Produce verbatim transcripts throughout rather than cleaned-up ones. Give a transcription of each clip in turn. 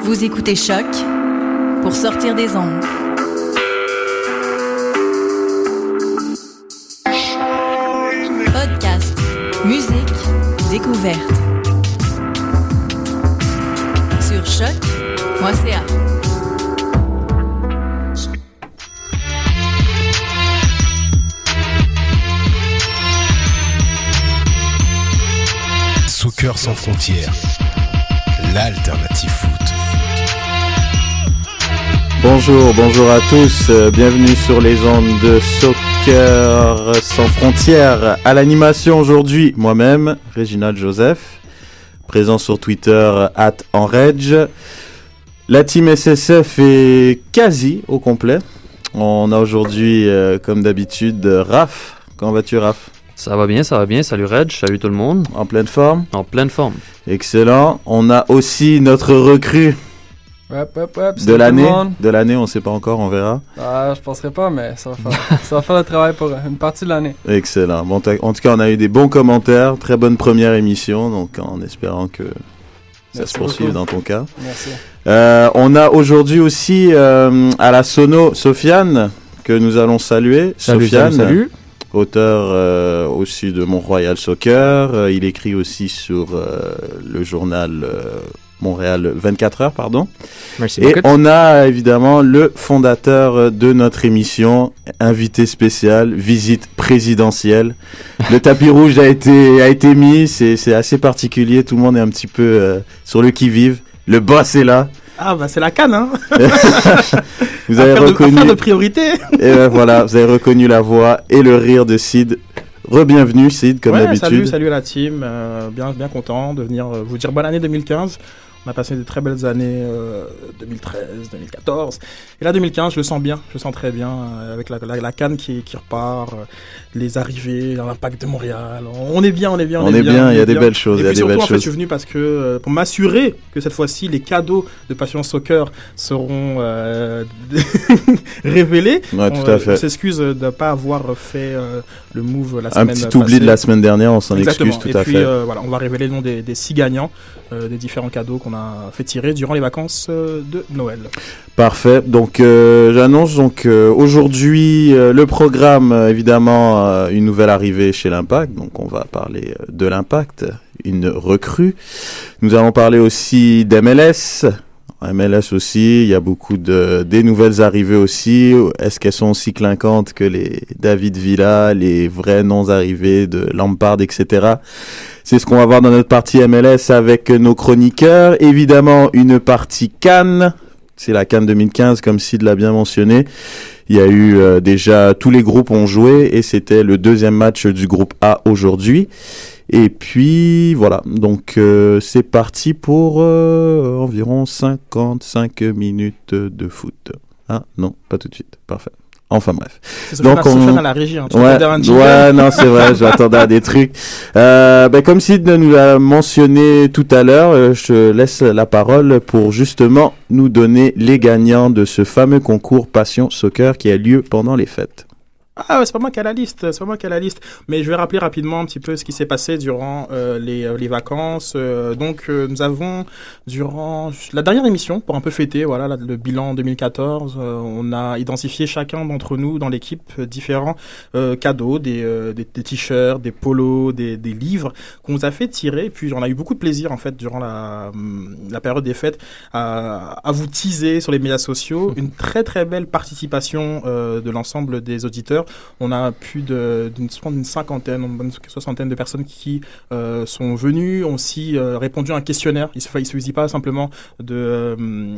Vous écoutez Choc pour sortir des ondes. Podcast, musique, découverte. Sur choc point c a. Soccer sans frontières, l'alternative foot. Bonjour, bonjour à tous, euh, bienvenue sur les ondes de Soccer sans frontières. À l'animation aujourd'hui, moi-même, Réginald Joseph, présent sur Twitter, at enreg. La team S S F est quasi au complet. On a aujourd'hui, euh, comme d'habitude, Raph. Comment vas-tu, Raph? Ça va bien, ça va bien. Salut Reg, salut tout le monde. En pleine forme? En pleine forme. Excellent. On a aussi notre recrue Hop, hop, hop, de l'année. De l'année, on ne sait pas encore, on verra. Ah, je penserais pas, mais ça va faire, ça va faire le travail pour une partie de l'année. Excellent. Bon, en tout cas, on a eu des bons commentaires. Très bonne première émission, donc en espérant que ça Merci se poursuive beaucoup. dans ton cas. Merci. Euh, on a aujourd'hui aussi euh, à la sono Sofiane, que nous allons saluer. Salut, Sofiane, salut, salut. auteur euh, aussi de Mont-Royal Soccer. Euh, il écrit aussi sur euh, le journal euh, Montréal vingt-quatre heures, pardon. Merci Et beaucoup. on a évidemment le fondateur de notre émission, invité spécial, visite présidentielle. Le tapis rouge a été a été mis, c'est c'est assez particulier, tout le monde est un petit peu euh, sur le qui-vive. Le boss est là. Ah bah c'est la canne, hein. Vous avez affaire reconnu de, affaire de priorité. et ben voilà, vous avez reconnu la voix et le rire de Sid. Re-bienvenue Sid, comme ouais, d'habitude. Salut, salut à la team. Euh, bien, bien content de venir euh, vous dire bonne année deux mille quinze. On a passé de très belles années euh, deux mille treize, deux mille quatorze. Et là, deux mille quinze, je le sens bien. Je le sens très bien euh, avec la, la, la canne qui, qui repart, euh, les arrivées, l'Impact de Montréal. On est bien, on est bien. On, on est bien, bien, il y a des belles choses. Et il y a puis des surtout, belles en fait, choses. je suis venu parce que, euh, pour m'assurer que cette fois-ci, les cadeaux de Passion Soccer seront euh, révélés. Ouais, on, tout à fait. On s'excuse de ne pas avoir fait euh, le move la Un semaine petit passée. oubli de la semaine dernière, on s'en Exactement. excuse tout et à puis, fait. Euh, voilà, on va révéler le nom des, des six gagnants euh, des différents cadeaux qu'on a fait tirer durant les vacances euh, de Noël. Parfait. Donc, euh, j'annonce donc euh, aujourd'hui euh, le programme, euh, évidemment, euh, une nouvelle arrivée chez l'Impact. Donc, on va parler euh, de l'Impact, une recrue. Nous allons parler aussi d'M L S. M L S aussi, il y a beaucoup de des nouvelles arrivées aussi. Est-ce qu'elles sont aussi clinquantes que les David Villa, les vrais noms arrivés de Lampard, et cetera. C'est ce qu'on va voir dans notre partie M L S avec nos chroniqueurs. Évidemment, une partie Cannes. C'est la Cannes deux mille quinze, comme Sid l'a bien mentionné. Il y a eu euh, déjà, tous les groupes ont joué et c'était le deuxième match du groupe A aujourd'hui. Et puis, voilà. Donc, euh, c'est parti pour euh, environ cinquante-cinq minutes de foot. Ah, non, pas tout de suite. Parfait. Enfin bref. C'est Sofiane, on... Sofiane à la régie. Hein. Tu ouais, ouais, non, c'est vrai, j'attendais à des trucs. Euh, ben, comme Sid nous l'a mentionné tout à l'heure, je te laisse la parole pour justement nous donner les gagnants de ce fameux concours Passion Soccer qui a lieu pendant les fêtes. Ah ouais, c'est pas moi qui ai la liste, c'est pas moi qui ai la liste. Mais je vais rappeler rapidement un petit peu ce qui s'est passé durant euh, les, euh, les vacances. Euh, donc euh, nous avons, durant la dernière émission, pour un peu fêter voilà, la, le bilan deux mille quatorze, euh, on a identifié chacun d'entre nous dans l'équipe euh, différents euh, cadeaux, des, euh, des, des t-shirts, des polos, des, des livres qu'on nous a fait tirer. Et puis on a eu beaucoup de plaisir en fait durant la, la période des fêtes à, à vous teaser sur les médias sociaux. Une très très belle participation euh, de l'ensemble des auditeurs. On a plus de, d'une, d'une cinquantaine, une soixantaine de personnes qui euh, sont venues, ont aussi euh, répondu à un questionnaire. Il ne suffit pas simplement de, euh,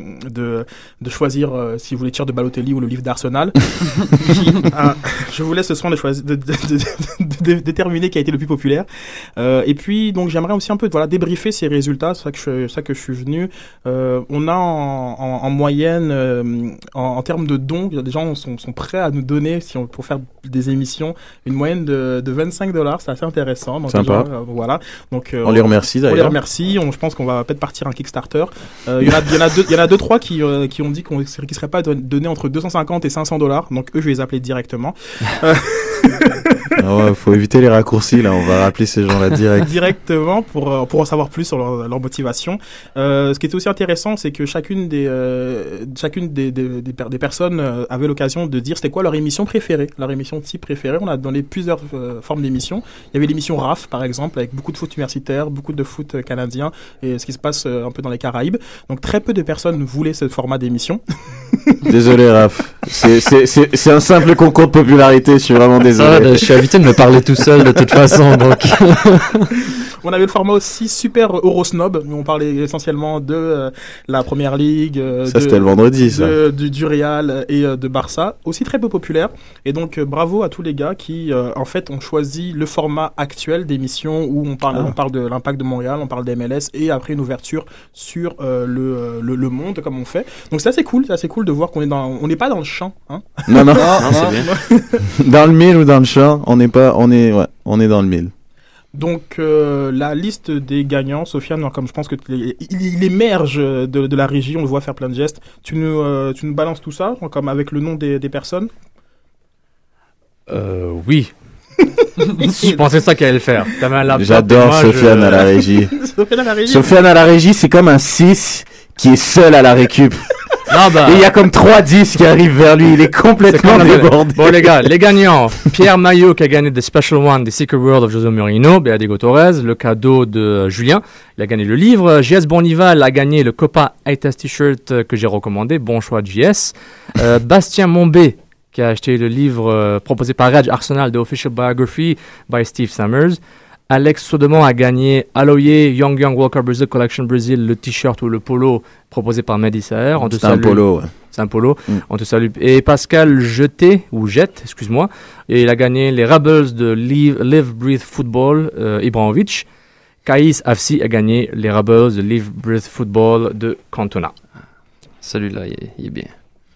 de, de choisir euh, si vous voulez tirer de Balotelli ou le livre d'Arsenal. qui, euh, je vous laisse le soin de, choisir, de, de, de, de, de déterminer qui a été le plus populaire. Euh, et puis, donc, j'aimerais aussi un peu voilà, débriefer ces résultats. C'est ça que je, ça que je suis venu. Euh, on a en, en, en moyenne, euh, en, en termes de dons, des gens sont, sont prêts à nous donner, si on, pour faire des émissions, une moyenne de, de vingt-cinq dollars, c'est assez intéressant. Donc, sympa. Gens, euh, voilà. Donc, euh, on, on les remercie d'ailleurs. On les remercie. On, je pense qu'on va peut-être partir un Kickstarter. Euh, il y en a, il y en a deux, il y en a deux trois qui euh, qui ont dit qu'on qui seraient pas donnés entre deux cent cinquante et cinq cents dollars. Donc eux, je vais les appeler directement. Euh, ouais, Ah ouais, faut éviter les raccourcis là, on va rappeler ces gens-là direct. Directement pour, euh, pour en savoir plus sur leur, leur motivation. Euh, ce qui était aussi intéressant, c'est que chacune des, euh, chacune des, des, des, des personnes euh, avait l'occasion de dire c'était quoi leur émission préférée, leur émission type préférée. On a donné plusieurs euh, formes d'émissions. Il y avait l'émission R A F par exemple, avec beaucoup de foot universitaire, beaucoup de foot canadien et ce qui se passe euh, un peu dans les Caraïbes. Donc très peu de personnes voulaient ce format d'émission. Désolé Raph, c'est, c'est, c'est, c'est un simple concours de popularité, je suis vraiment désolé. Ça, je suis habitué de me parler tout seul de toute façon, donc... On avait le format aussi super Eurosnob, où on parlait essentiellement de euh, la Première Ligue, euh, ça de, c'était le vendredi, ça. de, du, du Real et euh, de Barça, aussi très peu populaire. Et donc euh, bravo à tous les gars qui euh, en fait ont choisi le format actuel d'émission où on parle, ah. on parle de l'Impact de Montréal, on parle des M L S et après une ouverture sur euh, le, le, le monde comme on fait. Donc c'est assez cool, c'est assez cool de voir qu'on est dans, on n'est pas dans le champ, hein. Non non, non, non c'est bien. Dans le mille ou dans le champ, on n'est pas, on est, ouais, on est dans le mille. Donc euh, la liste des gagnants, Sofiane, comme je pense que il, il émerge de, de la régie, on le voit faire plein de gestes. Tu nous, euh, tu nous balances tout ça, comme avec le nom des, des personnes. Euh, oui. Je pensais ça qu'elle allait le faire. J'adore moi, Sofiane je... à la régie. Sofiane à la régie. Sofiane à la régie, c'est comme un six qui est seul à la récup. Non, bah... Et il y a comme trois dix qui arrivent vers lui, il est complètement débordé. Bon les gars, les gagnants, Pierre Maillot qui a gagné The Special One des Secret World of José Mourinho, Béadigo Torres, le cadeau de Julien, il a gagné le livre, J S Bonival a gagné le Copa Aitas T-shirt que j'ai recommandé, bon choix de J S, euh, Bastien Mombé qui a acheté le livre euh, proposé par Reg Arsenal, The Official Biography by Steve Summers. Alex Sodeman a gagné Aloye Young Young Walker Brazil Collection Brazil, le t-shirt ou le polo proposé par Mehdi Saher. C'est un polo, ouais. C'est un polo. Mm. On te salue. Et Pascal Jeté, ou Jette, excuse-moi, et il a gagné les Rebels de Live, Live Breathe Football, euh, Ibrahimovic. Kaïs Afsi a gagné les Rebels de Live Breathe Football de Cantona. Celui-là, il est, il est bien.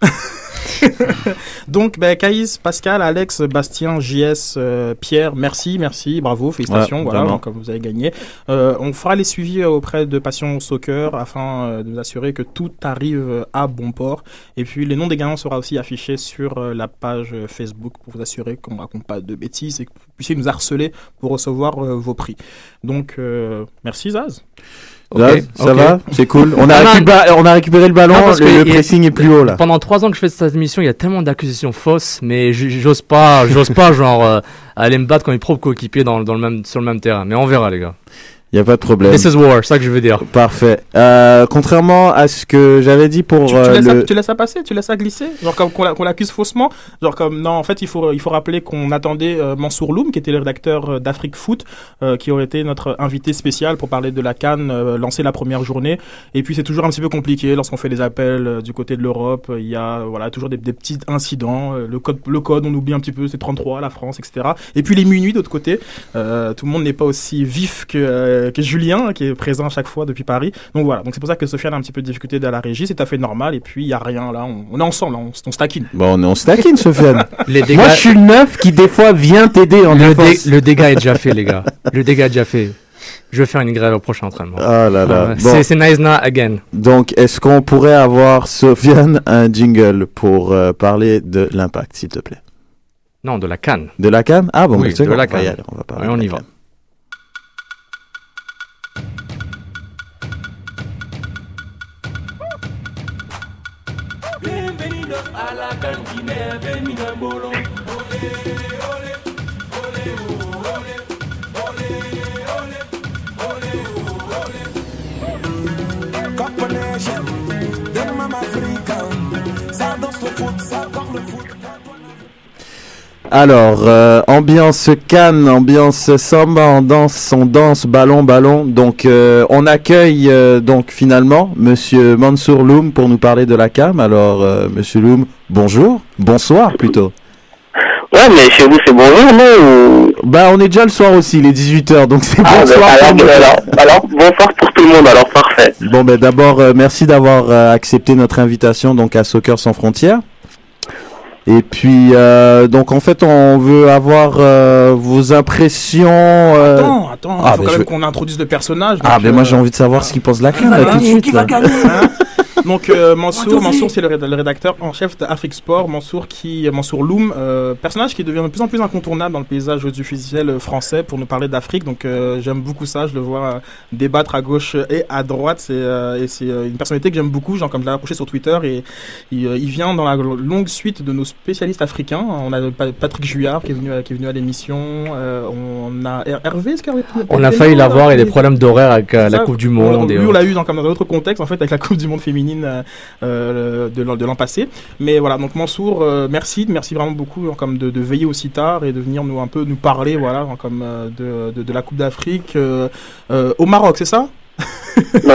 Donc, ben, Caïs, Pascal, Alex, Bastien, J S, euh, Pierre, merci, merci, bravo, félicitations, ouais, voilà, donc, vous avez gagné. Euh, on fera les suivis auprès de Passion Soccer afin euh, de nous assurer que tout arrive à bon port. Et puis, les noms des gagnants sera aussi affiché sur euh, la page Facebook pour vous assurer qu'on ne raconte pas de bêtises et que vous puissiez nous harceler pour recevoir euh, vos prix. Donc, euh, merci Zaz. Okay, ça okay. va, c'est cool. On a, récupéré, on a récupéré le ballon, non, le, le pressing est plus haut là. Pendant trois ans que je fais cette émission, il y a tellement d'accusations fausses, mais j'ose pas, j'ose pas genre euh, aller me battre quand mes propres coéquipiers dans, dans le même, sur le même terrain. Mais on verra les gars. Il n'y a pas de problème. This is war, c'est ça que je veux dire. Parfait. Euh, contrairement à ce que j'avais dit pour tu, tu, euh, laisses le... à, tu laisses ça passer, tu laisses ça glisser, genre comme qu'on, qu'on l'accuse faussement, genre comme non en fait il faut il faut rappeler qu'on attendait euh, Mansour Loum qui était le rédacteur euh, d'Afrique Foot, euh, qui aurait été notre invité spécial pour parler de la CAN euh, lancée la première journée. Et puis c'est toujours un petit peu compliqué lorsqu'on fait des appels euh, du côté de l'Europe. Il y a voilà toujours des, des petits incidents. Euh, le code le code on oublie un petit peu, c'est trente-trois la France, et cetera. Et puis les minuit d'autre côté, euh, tout le monde n'est pas aussi vif que euh, que Julien qui est présent à chaque fois depuis Paris. Donc voilà, donc c'est pour ça que Sofiane a un petit peu de difficulté dans la régie, c'est tout à fait normal. Et puis il y a rien là, on, on est ensemble, là, on, on se taquine. Bon, on, on se taquine, Sofiane. Les dégâts... Moi je suis le neuf qui des fois vient t'aider en le, dé- le dégât est déjà fait les gars. Le dégât est déjà fait. Je vais faire une grève au prochain entraînement. Ah là là. Euh, bon. C'est, c'est Naïsna again. Donc est-ce qu'on pourrait avoir Sofiane un jingle pour euh, parler de l'Impact, s'il te plaît? Non, de la CAN. De la CAN? Ah bon, oui, c'est de bon, la on va CAN. y aller, on va parler. Ouais, on y va. A la CAN bienvenido en bolo. Ole, ole, ole, ole, ole, ole, ole. Cup Nation, dem Mama Africa, ça danse le foot, ça parle le foot. Alors, euh, ambiance Cannes, ambiance samba, on danse, on danse, ballon, ballon. Donc, euh, on accueille euh, donc finalement Monsieur Mansour Loum pour nous parler de la C A M. Alors, euh, Monsieur Loum, bonjour, bonsoir plutôt. Ouais, mais chez vous c'est bonjour, non? Bah, on est déjà le soir aussi, il est dix-huit heures, donc c'est ah, bonsoir. Ben, alors, ben, alors, alors, bonsoir pour tout le monde, alors parfait. Bon, ben d'abord, euh, merci d'avoir euh, accepté notre invitation donc à Soccer Sans Frontières. Et puis, euh, donc en fait, on veut avoir euh, vos impressions. Euh... Attends, attends, il ah, faut quand même vais... qu'on introduise le personnage. Ah, ben euh... moi j'ai envie de savoir ce qu'il pense de la C A M, là, tout de suite. Qui va gagner, hein? Donc euh, Mansour, Mansour c'est le, le rédacteur en chef d'Afrique Sport. Mansour qui, Mansour Loum, euh, personnage qui devient de plus en plus incontournable dans le paysage audiovisuel français pour nous parler d'Afrique. Donc euh, j'aime beaucoup ça, je le vois euh, débattre à gauche et à droite. C'est, euh, et c'est euh, une personnalité que j'aime beaucoup, genre comme je l'ai approché sur Twitter. Et il, euh, il vient dans la longue suite de nos spécialistes africains. On a Patrick Juillard qui est venu, qui est venu à l'émission. Euh, on a Hervé, est-ce qu'Hervé On a failli l'avoir, il y a des problèmes d'horaires avec euh, la Coupe du Monde. On, lui, on l'a eu dans, comme dans un autre contexte, en fait, avec la Coupe du Monde féminine euh, de, de l'an passé. Mais voilà, donc Mansour, euh, merci, merci vraiment beaucoup hein, comme de, de veiller aussi tard et de venir nous un peu nous parler, voilà, hein, comme euh, de, de, de la Coupe d'Afrique euh, euh, au Maroc, c'est ça? Non,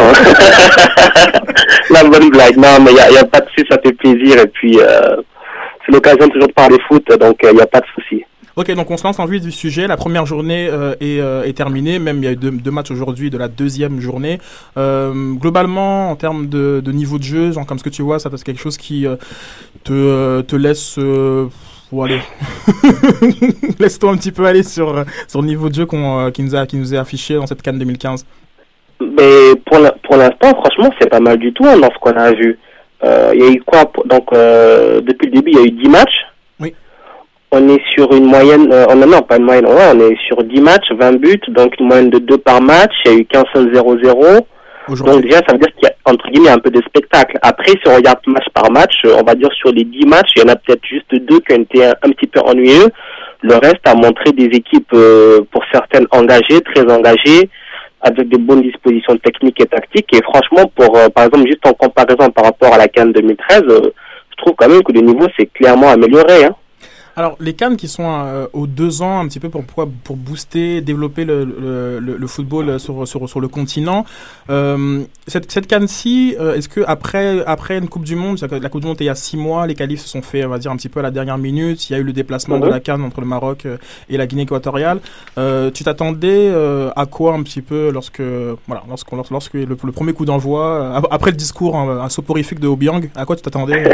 la bonne blague. Non, mais il n'y a, a pas de souci, ça fait plaisir. Et puis, euh, c'est l'occasion toujours de parler foot, donc il euh, n'y a pas de souci. Ok, donc on se lance en vue du sujet. La première journée euh, est, euh, est terminée. Même il y a eu deux, deux matchs aujourd'hui de la deuxième journée. Euh, globalement, en termes de, de niveau de jeu, genre, comme ce que tu vois, ça c'est quelque chose qui euh, te, euh, te laisse... Euh, Bon, allez. Laisse-toi un petit peu aller sur, sur le niveau de jeu qu'on, euh, qui, nous a, qui nous est affiché dans cette CAN deux mille quinze. Mais pour, la, pour l'instant, franchement, c'est pas mal du tout hein, dans ce qu'on a vu. Il euh, y a eu quoi? Donc, euh, depuis le début, il y a eu dix matchs. Oui. On est sur une moyenne, euh, on, non, pas une moyenne, ouais, on est sur dix matchs, vingt buts, donc une moyenne de deux par match. Il y a eu qu'un seul zéro zéro. Donc déjà, ça veut dire qu'il y a, entre guillemets, un peu de spectacle. Après, si on regarde match par match, on va dire sur les dix matchs, il y en a peut-être juste deux qui ont été un, un petit peu ennuyeux. Le reste a montré des équipes, euh, pour certaines, engagées, très engagées, avec de bonnes dispositions techniques et tactiques. Et franchement, pour euh, par exemple, juste en comparaison par rapport à la CAN deux mille treize, euh, je trouve quand même que le niveau s'est clairement amélioré. Hein. Alors, les CAN qui sont euh, aux deux ans, un petit peu pour, pour, pour booster, développer le, le, le, le football sur, sur, sur le continent, euh, cette, cette CAN-ci, euh, est-ce que après, après une Coupe du Monde, la Coupe du Monde était il y a six mois, les qualifs se sont faits, on va dire, un petit peu à la dernière minute, il y a eu le déplacement mm-hmm. de la CAN entre le Maroc et la Guinée équatoriale, euh, tu t'attendais euh, à quoi un petit peu lorsque, voilà, lorsque, lorsque le, le premier coup d'envoi, après le discours un, un soporifique de Obiang, à quoi tu t'attendais?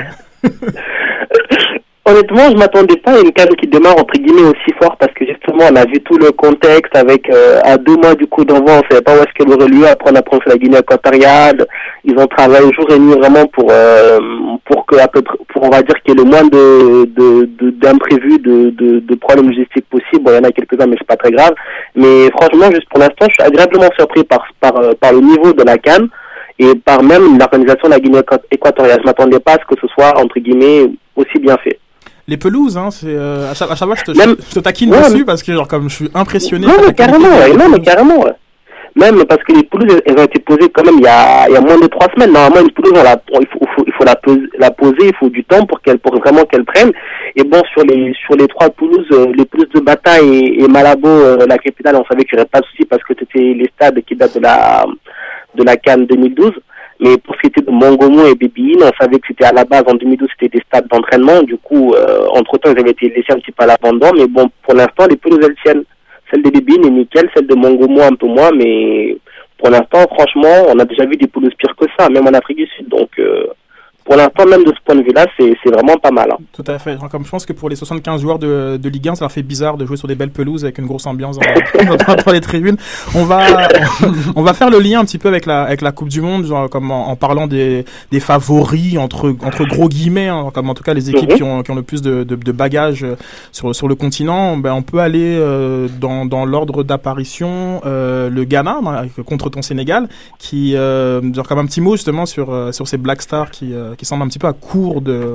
Honnêtement, je m'attendais pas à une CAN qui démarre entre guillemets aussi fort parce que justement on a vu tout le contexte avec euh, à deux mois du coup d'envoi, on savait pas où est-ce qu'elle aurait lieu. Après on apprend que c'est la Guinée équatoriale. Ils ont travaillé jour et nuit vraiment pour euh, pour que à peu près, pour on va dire qu'il y ait le moins de de, de d'imprévus, de, de de problèmes logistiques possibles. Bon, il y en a quelques-uns, mais c'est pas très grave. Mais franchement, juste pour l'instant, je suis agréablement surpris par par par le niveau de la CAN et par même l'organisation de la Guinée équatoriale. Je m'attendais pas à ce que ce soit entre guillemets aussi bien fait. Les pelouses, hein, c'est euh, à, chaque, à chaque fois je te, même, je te taquine ouais, dessus mais... parce que genre comme je suis impressionné. Non mais carrément, ouais, non mais carrément. Ouais. Même parce que les pelouses, elles ont été posées quand même il y a, il y a moins de trois semaines. Normalement, une pelouse, on la, il faut, il faut, il faut la, poser, la poser, il faut du temps pour qu'elle, pour vraiment qu'elle prenne. Et bon, sur les, sur les trois pelouses, euh, les pelouses de Bata et, et Malabo, euh, la capitale, on savait qu'il n'y aurait pas de souci parce que c'était les stades qui datent de la, de la CAN deux mille douze. Mais pour ce qui était de Mongomo et Bébiine, on savait que c'était à la base, en deux mille douze, c'était des stades d'entraînement. Du coup, euh, entre-temps, ils avaient été laissés un petit peu à l'abandon. Mais bon, pour l'instant, les pelouses, elles tiennent. Celle de Bébiine est nickel, celle de Mongomo un peu moins. Mais pour l'instant, franchement, on a déjà vu des pelouses pires que ça, même en Afrique du Sud. Donc, euh, pour l'instant, même de ce point de vue-là, c'est, c'est vraiment pas mal. Hein. Tout à fait. Comme je pense que pour les soixante-quinze joueurs de, de Ligue un, ça leur fait bizarre de jouer sur des belles pelouses avec une grosse ambiance dans, dans, dans les tribunes. On va, on, on va faire le lien un petit peu avec la, avec la Coupe du Monde, genre, comme en, en parlant des, des favoris, entre, entre gros guillemets, hein, comme en tout cas les équipes mm-hmm. qui, ont, qui ont le plus de, de, de bagages sur, sur le continent. Ben, on peut aller euh, dans, dans l'ordre d'apparition, euh, le Ghana contre ton Sénégal, qui, euh, genre, comme un petit mot justement sur, euh, sur ces Black Stars qui, euh, qui semble un petit peu à court de,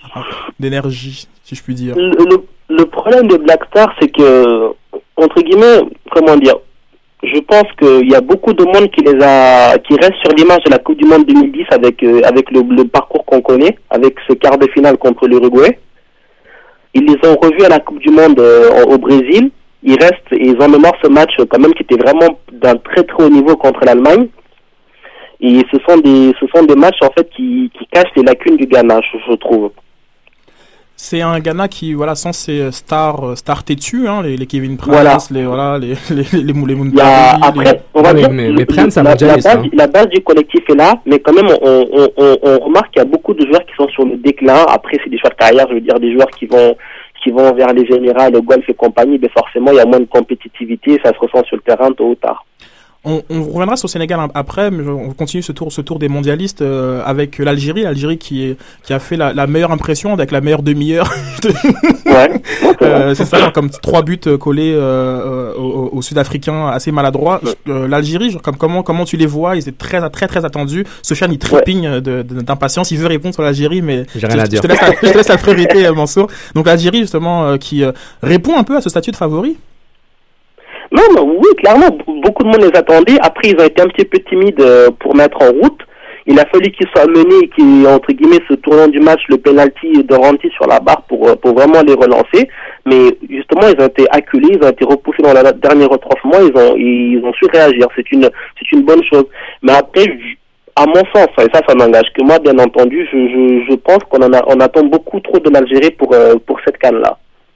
d'énergie, si je puis dire. Le, le, le problème des Black Stars, c'est que, entre guillemets, comment dire, je pense qu'il y a beaucoup de monde qui les a, qui reste sur l'image de la Coupe du Monde deux mille dix avec, euh, avec le, le parcours qu'on connaît, avec ce quart de finale contre l'Uruguay. Ils les ont revus à la Coupe du Monde euh, au Brésil. Ils restent, et ils ont mémoire ce match quand même qui était vraiment d'un très très haut niveau contre l'Allemagne. Et ce sont des, ce sont des matchs en fait qui, qui cachent les lacunes du Ghana, je, je trouve. C'est un Ghana qui, voilà, sans ses stars, stars têtues, hein, les, les Kevin Prince, voilà. les, voilà, les, les, les, les Moon Parry. Après, les... on va oui, dire, mais, le, mais Prince, la, la, la, base, hein. la base du collectif est là, mais quand même, on, on, on, on remarque qu'il y a beaucoup de joueurs qui sont sur le déclin. Après, c'est des choix de carrière, je veux dire, des joueurs qui vont, qui vont vers les Émirats, le golf et compagnie, mais forcément, il y a moins de compétitivité, ça se ressent sur le terrain tôt ou tard. On, on reviendra sur le Sénégal après, mais on continue ce tour, ce tour des mondialistes euh, avec l'Algérie, l'Algérie qui, est, qui a fait la, la meilleure impression avec la meilleure demi-heure. Ouais. euh, c'est ça, genre, comme trois buts collés euh, aux, aux Sud-Africains assez maladroits. Euh, L'Algérie, genre, comme, comment, comment tu les vois? Ils étaient très, très, très attendus. Sofiane, il trépigne ouais. de, de, d'impatience. Il veut répondre sur l'Algérie, mais j'ai rien je, à dire. Je te laisse la, je te laisse la priorité, Mansour. Donc l'Algérie, justement, euh, qui euh, répond un peu à ce statut de favori. Non, non, oui, clairement, beaucoup de monde les attendait. Après, ils ont été un petit peu timides euh, pour mettre en route. Il a fallu qu'ils soient menés, qu'ils, entre guillemets, ce tournant du match, le penalty de Ranti sur la barre pour, pour vraiment les relancer. Mais justement, ils ont été acculés, ils ont été repoussés dans le dernier retranchement, ils ont, ils ont su réagir. C'est une, c'est une bonne chose. Mais après, à mon sens, et ça, ça n'engage que moi, bien entendu, je, je, je pense qu'on en a, on attend beaucoup trop de l'Algérie pour, euh, pour cette canne-là.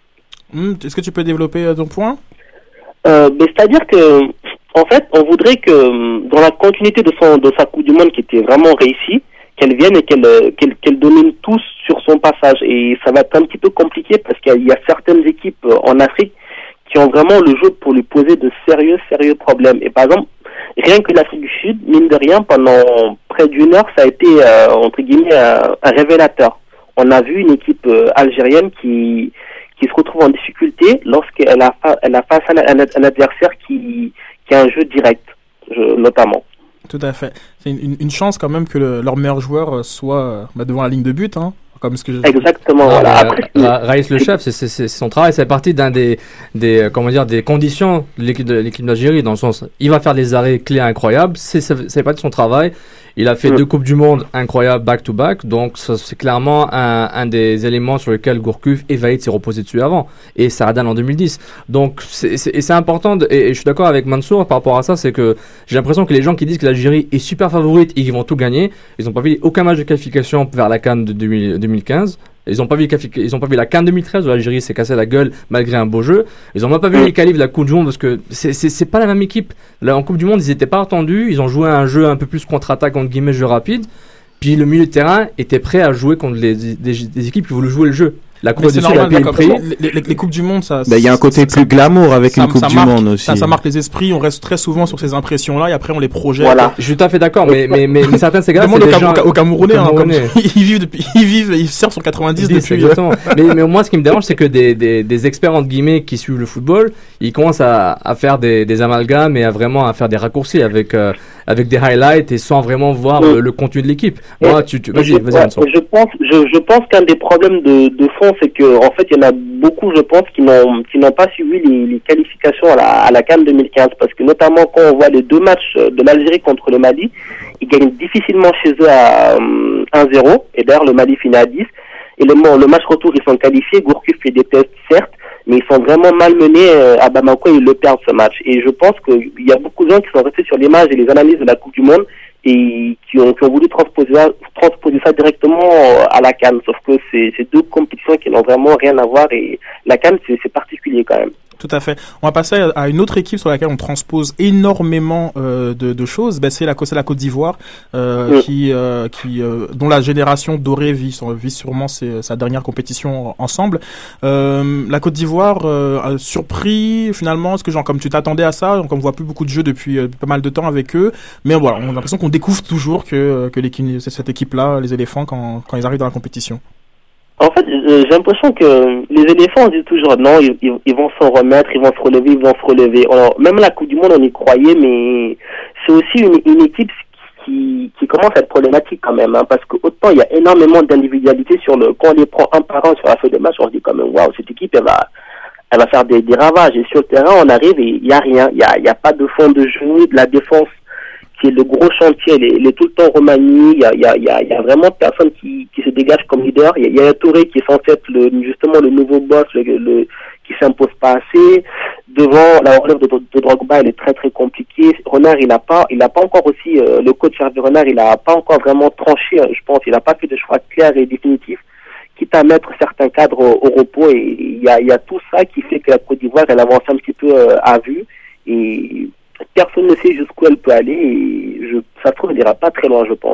Mmh, est-ce que tu peux développer euh, ton point? Euh, mais c'est-à-dire que, en fait, on voudrait que, dans la continuité de son, de sa Coupe du Monde qui était vraiment réussie, qu'elle vienne et qu'elle, qu'elle, qu'elle domine tous sur son passage. Et ça va être un petit peu compliqué parce qu'il y a, il y a certaines équipes en Afrique qui ont vraiment le jeu pour lui poser de sérieux, sérieux problèmes. Et par exemple, rien que l'Afrique du Sud, mine de rien, pendant près d'une heure, ça a été, euh, entre guillemets, un, un révélateur. On a vu une équipe euh, algérienne qui, qui se retrouve en difficulté lorsqu'elle a, elle a face à un, un adversaire qui, qui a un jeu direct, je, notamment. Tout à fait. C'est une, une chance quand même que le, leur meilleur joueur soit bah, devant la ligne de but, hein. Comme ce que je... Exactement. Non, voilà. Après, Ra- Raïs le chef, c'est, c'est, c'est son travail, c'est partie d'un des, des, comment dire, des conditions de l'équipe, de l'équipe d'Algérie, dans le sens, il va faire des arrêts clés incroyables, c'est, c'est, c'est partie de son travail. Il a fait mmh. deux Coupes du Monde incroyables back-to-back, donc ça, c'est clairement un, un des éléments sur lesquels Gourcuff et Vaïd s'est reposé dessus avant, et Saradan en deux mille dix. Donc c'est, c'est, et c'est important, de, et, et je suis d'accord avec Mansour par rapport à ça, c'est que j'ai l'impression que les gens qui disent que l'Algérie est super favorite et qu'ils vont tout gagner, ils n'ont pas vu aucun match de qualification vers la CAN de deux mille quinze. Ils n'ont pas vu, ils ont pas vu la CAN deux mille treize où l'Algérie s'est cassé la gueule malgré un beau jeu. Ils n'ont même pas vu les qualifs de la Coupe du Monde parce que c'est, c'est, c'est pas la même équipe. Là, en Coupe du Monde, ils n'étaient pas attendus. Ils ont joué un jeu un peu plus contre-attaque, entre guillemets, jeu rapide. Puis le milieu de terrain était prêt à jouer contre les, des, des équipes qui voulaient jouer le jeu. La Coupe du Sud a payé le prix. Les, les, les Coupes du Monde, ça. Il bah, y a un côté ça, plus glamour avec ça, une Coupe ça du marque, Monde aussi. Ça, ça marque les esprits. On reste très souvent sur ces impressions-là et après on les projette. Voilà. Je suis tout à fait d'accord, mais, mais, mais, mais certains de ces gars, demande c'est au, des Cam- gens... au Camerounais, hein, comme, Camerounais. ils vivent depuis, ils vivent, ils servent sur quatre-vingt-dix dix, depuis. Exactement. mais, mais moi, ce qui me dérange, c'est que des, des, des experts entre guillemets qui suivent le football, ils commencent à, à faire des, des amalgames et à vraiment à faire des raccourcis avec, euh, avec des highlights et sans vraiment voir oui. le, le contenu de l'équipe. Moi, tu, tu, vas-y, je, vas-y, Anson. Je pense, je, je pense qu'un des problèmes de, de fond, c'est que en fait, il y en a beaucoup, je pense, qui n'ont, qui n'ont pas suivi les, les qualifications à la, à la CAN deux mille quinze, parce que notamment quand on voit les deux matchs de l'Algérie contre le Mali, ils gagnent difficilement chez eux à euh, un zéro, et d'ailleurs le Mali finit à dix, et le, le match retour, ils sont qualifiés, Gourcuff fait des tests, certes, mais ils sont vraiment malmenés euh, à Bamako et ils le perdent ce match. Et je pense qu'il y a beaucoup de gens qui sont restés sur l'image et les analyses de la Coupe du Monde et qui ont, qui ont voulu transposer, transposer ça directement à la CAN. Sauf que c'est, c'est deux compétitions qui n'ont vraiment rien à voir et la CAN, c'est, c'est particulier quand même. Tout à fait. On va passer à une autre équipe sur laquelle on transpose énormément euh, de, de choses. Ben, c'est la, c'est la Côte d'Ivoire, euh, oui. qui, euh, qui, euh, dont la génération dorée vit, vit sûrement ses, sa dernière compétition ensemble. Euh, la Côte d'Ivoire euh, a surpris finalement, ce que genre comme tu t'attendais à ça, donc on voit plus beaucoup de jeux depuis euh, pas mal de temps avec eux. Mais voilà, on a l'impression qu'on découvre toujours que que l'équipe, cette équipe-là, les éléphants, quand quand ils arrivent dans la compétition. En fait, j'ai l'impression que les éléphants, on dit toujours non, ils, ils, ils vont s'en remettre, ils vont se relever, ils vont se relever. Alors, même la Coupe du Monde, on y croyait, mais c'est aussi une, une équipe qui, qui commence à être problématique quand même, hein, parce que autant il y a énormément d'individualité sur le, quand on les prend un par un sur la feuille de match, on se dit quand même, waouh, cette équipe, elle va, elle va faire des, des ravages. Et sur le terrain, on arrive et il y a rien, il y a, il y a pas de fond de jeu, de la défense. C'est le gros chantier, il est, il est tout le temps remanié, il y a, il y a, il y a, il y a vraiment personne qui, qui se dégage comme leader. Il y a, il y a un Touré qui est censé être le, justement le nouveau boss, le, le, qui s'impose pas assez. Devant, la relève de, de Drogba, elle est très très compliquée. Renard, il n'a pas, il n'a pas encore aussi, euh, le coach Hervé Renard, il n'a pas encore vraiment tranché, je pense, il n'a pas fait de choix clairs et définitifs, quitte à mettre certains cadres au, au repos. Et il y a, il y a tout ça qui fait que la Côte d'Ivoire, elle avance un petit peu euh, à vue. Et personne ne sait jusqu'où elle peut aller et je, ça se trouve, elle n'ira pas très loin, je pense. Hein.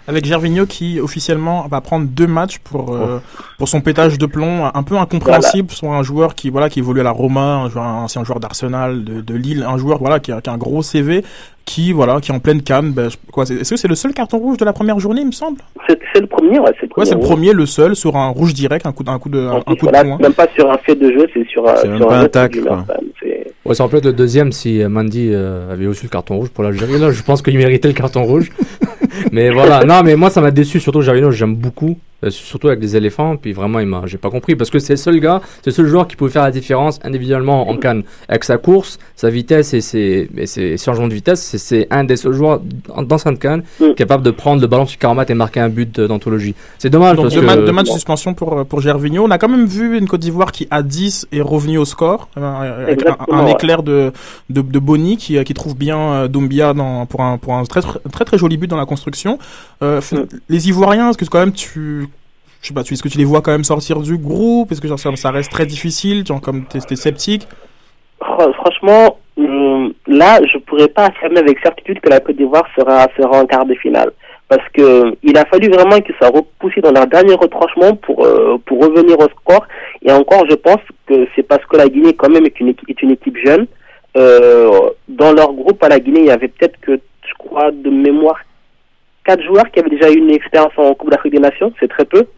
avec Gervinho qui officiellement va prendre deux matchs pour euh, pour son pétage de plomb, un peu incompréhensible, voilà. Soit un joueur qui voilà qui évolue à la Roma, un, joueur, un ancien joueur d'Arsenal, de, de Lille, un joueur voilà qui a, qui a un gros C V, qui voilà qui est en pleine canne. Ben, quoi, c'est, est-ce que c'est le seul carton rouge de la première journée, il me semble? C'est, c'est le premier, ouais, c'est le premier. Ouais, c'est le premier, le seul sur un rouge direct, un coup, un coup de, un, plus, un coup voilà, de poing. Même pas sur un fait de jeu, c'est sur, c'est sur un un attaque. C'est... Ouais, ça en peut être le deuxième si Mandy euh, avait aussi le carton rouge pour l'Algérie. Là, je pense qu'il méritait le carton rouge. Mais voilà, non, mais moi ça m'a déçu, surtout Gervinho, j'aime beaucoup, euh, surtout avec les éléphants, puis vraiment il m'a, j'ai pas compris, parce que c'est le seul gars, c'est le seul joueur qui pouvait faire la différence individuellement en CAN, avec sa course, sa vitesse et ses, et ses changements de vitesse, c'est, c'est un des seuls joueurs dans cette CAN mm. capable de prendre le ballon sur Karamat et marquer un but d'anthologie. C'est dommage. Donc parce deux, que... ma- deux matchs de suspension pour, pour Gervinho. On a quand même vu une Côte d'Ivoire qui à dix est revenue au score, euh, avec un, un éclair de, de, de Boni qui, qui trouve bien euh, Doumbia dans, pour, un, pour un très, très très très joli but dans la construction. Euh, mm. Les Ivoiriens, est-ce que quand même tu... Je sais pas, tu, est-ce que tu les vois quand même sortir du groupe? Est-ce que genre, ça, ça reste très difficile? Tu, comme t'es, t'es sceptique? Franchement, hum, là, je pourrais pas affirmer avec certitude que la Côte d'Ivoire sera, sera en quart de finale. Parce que il a fallu vraiment qu'ils soient repoussés dans leur dernier retranchement pour, euh, pour revenir au score. Et encore, je pense que c'est parce que la Guinée, quand même, est une, est une équipe jeune. Euh, dans leur groupe, à la Guinée, il y avait peut-être que, je crois, de mémoire, quatre joueurs qui avaient déjà eu une expérience en Coupe d'Afrique des Nations. C'est très peu.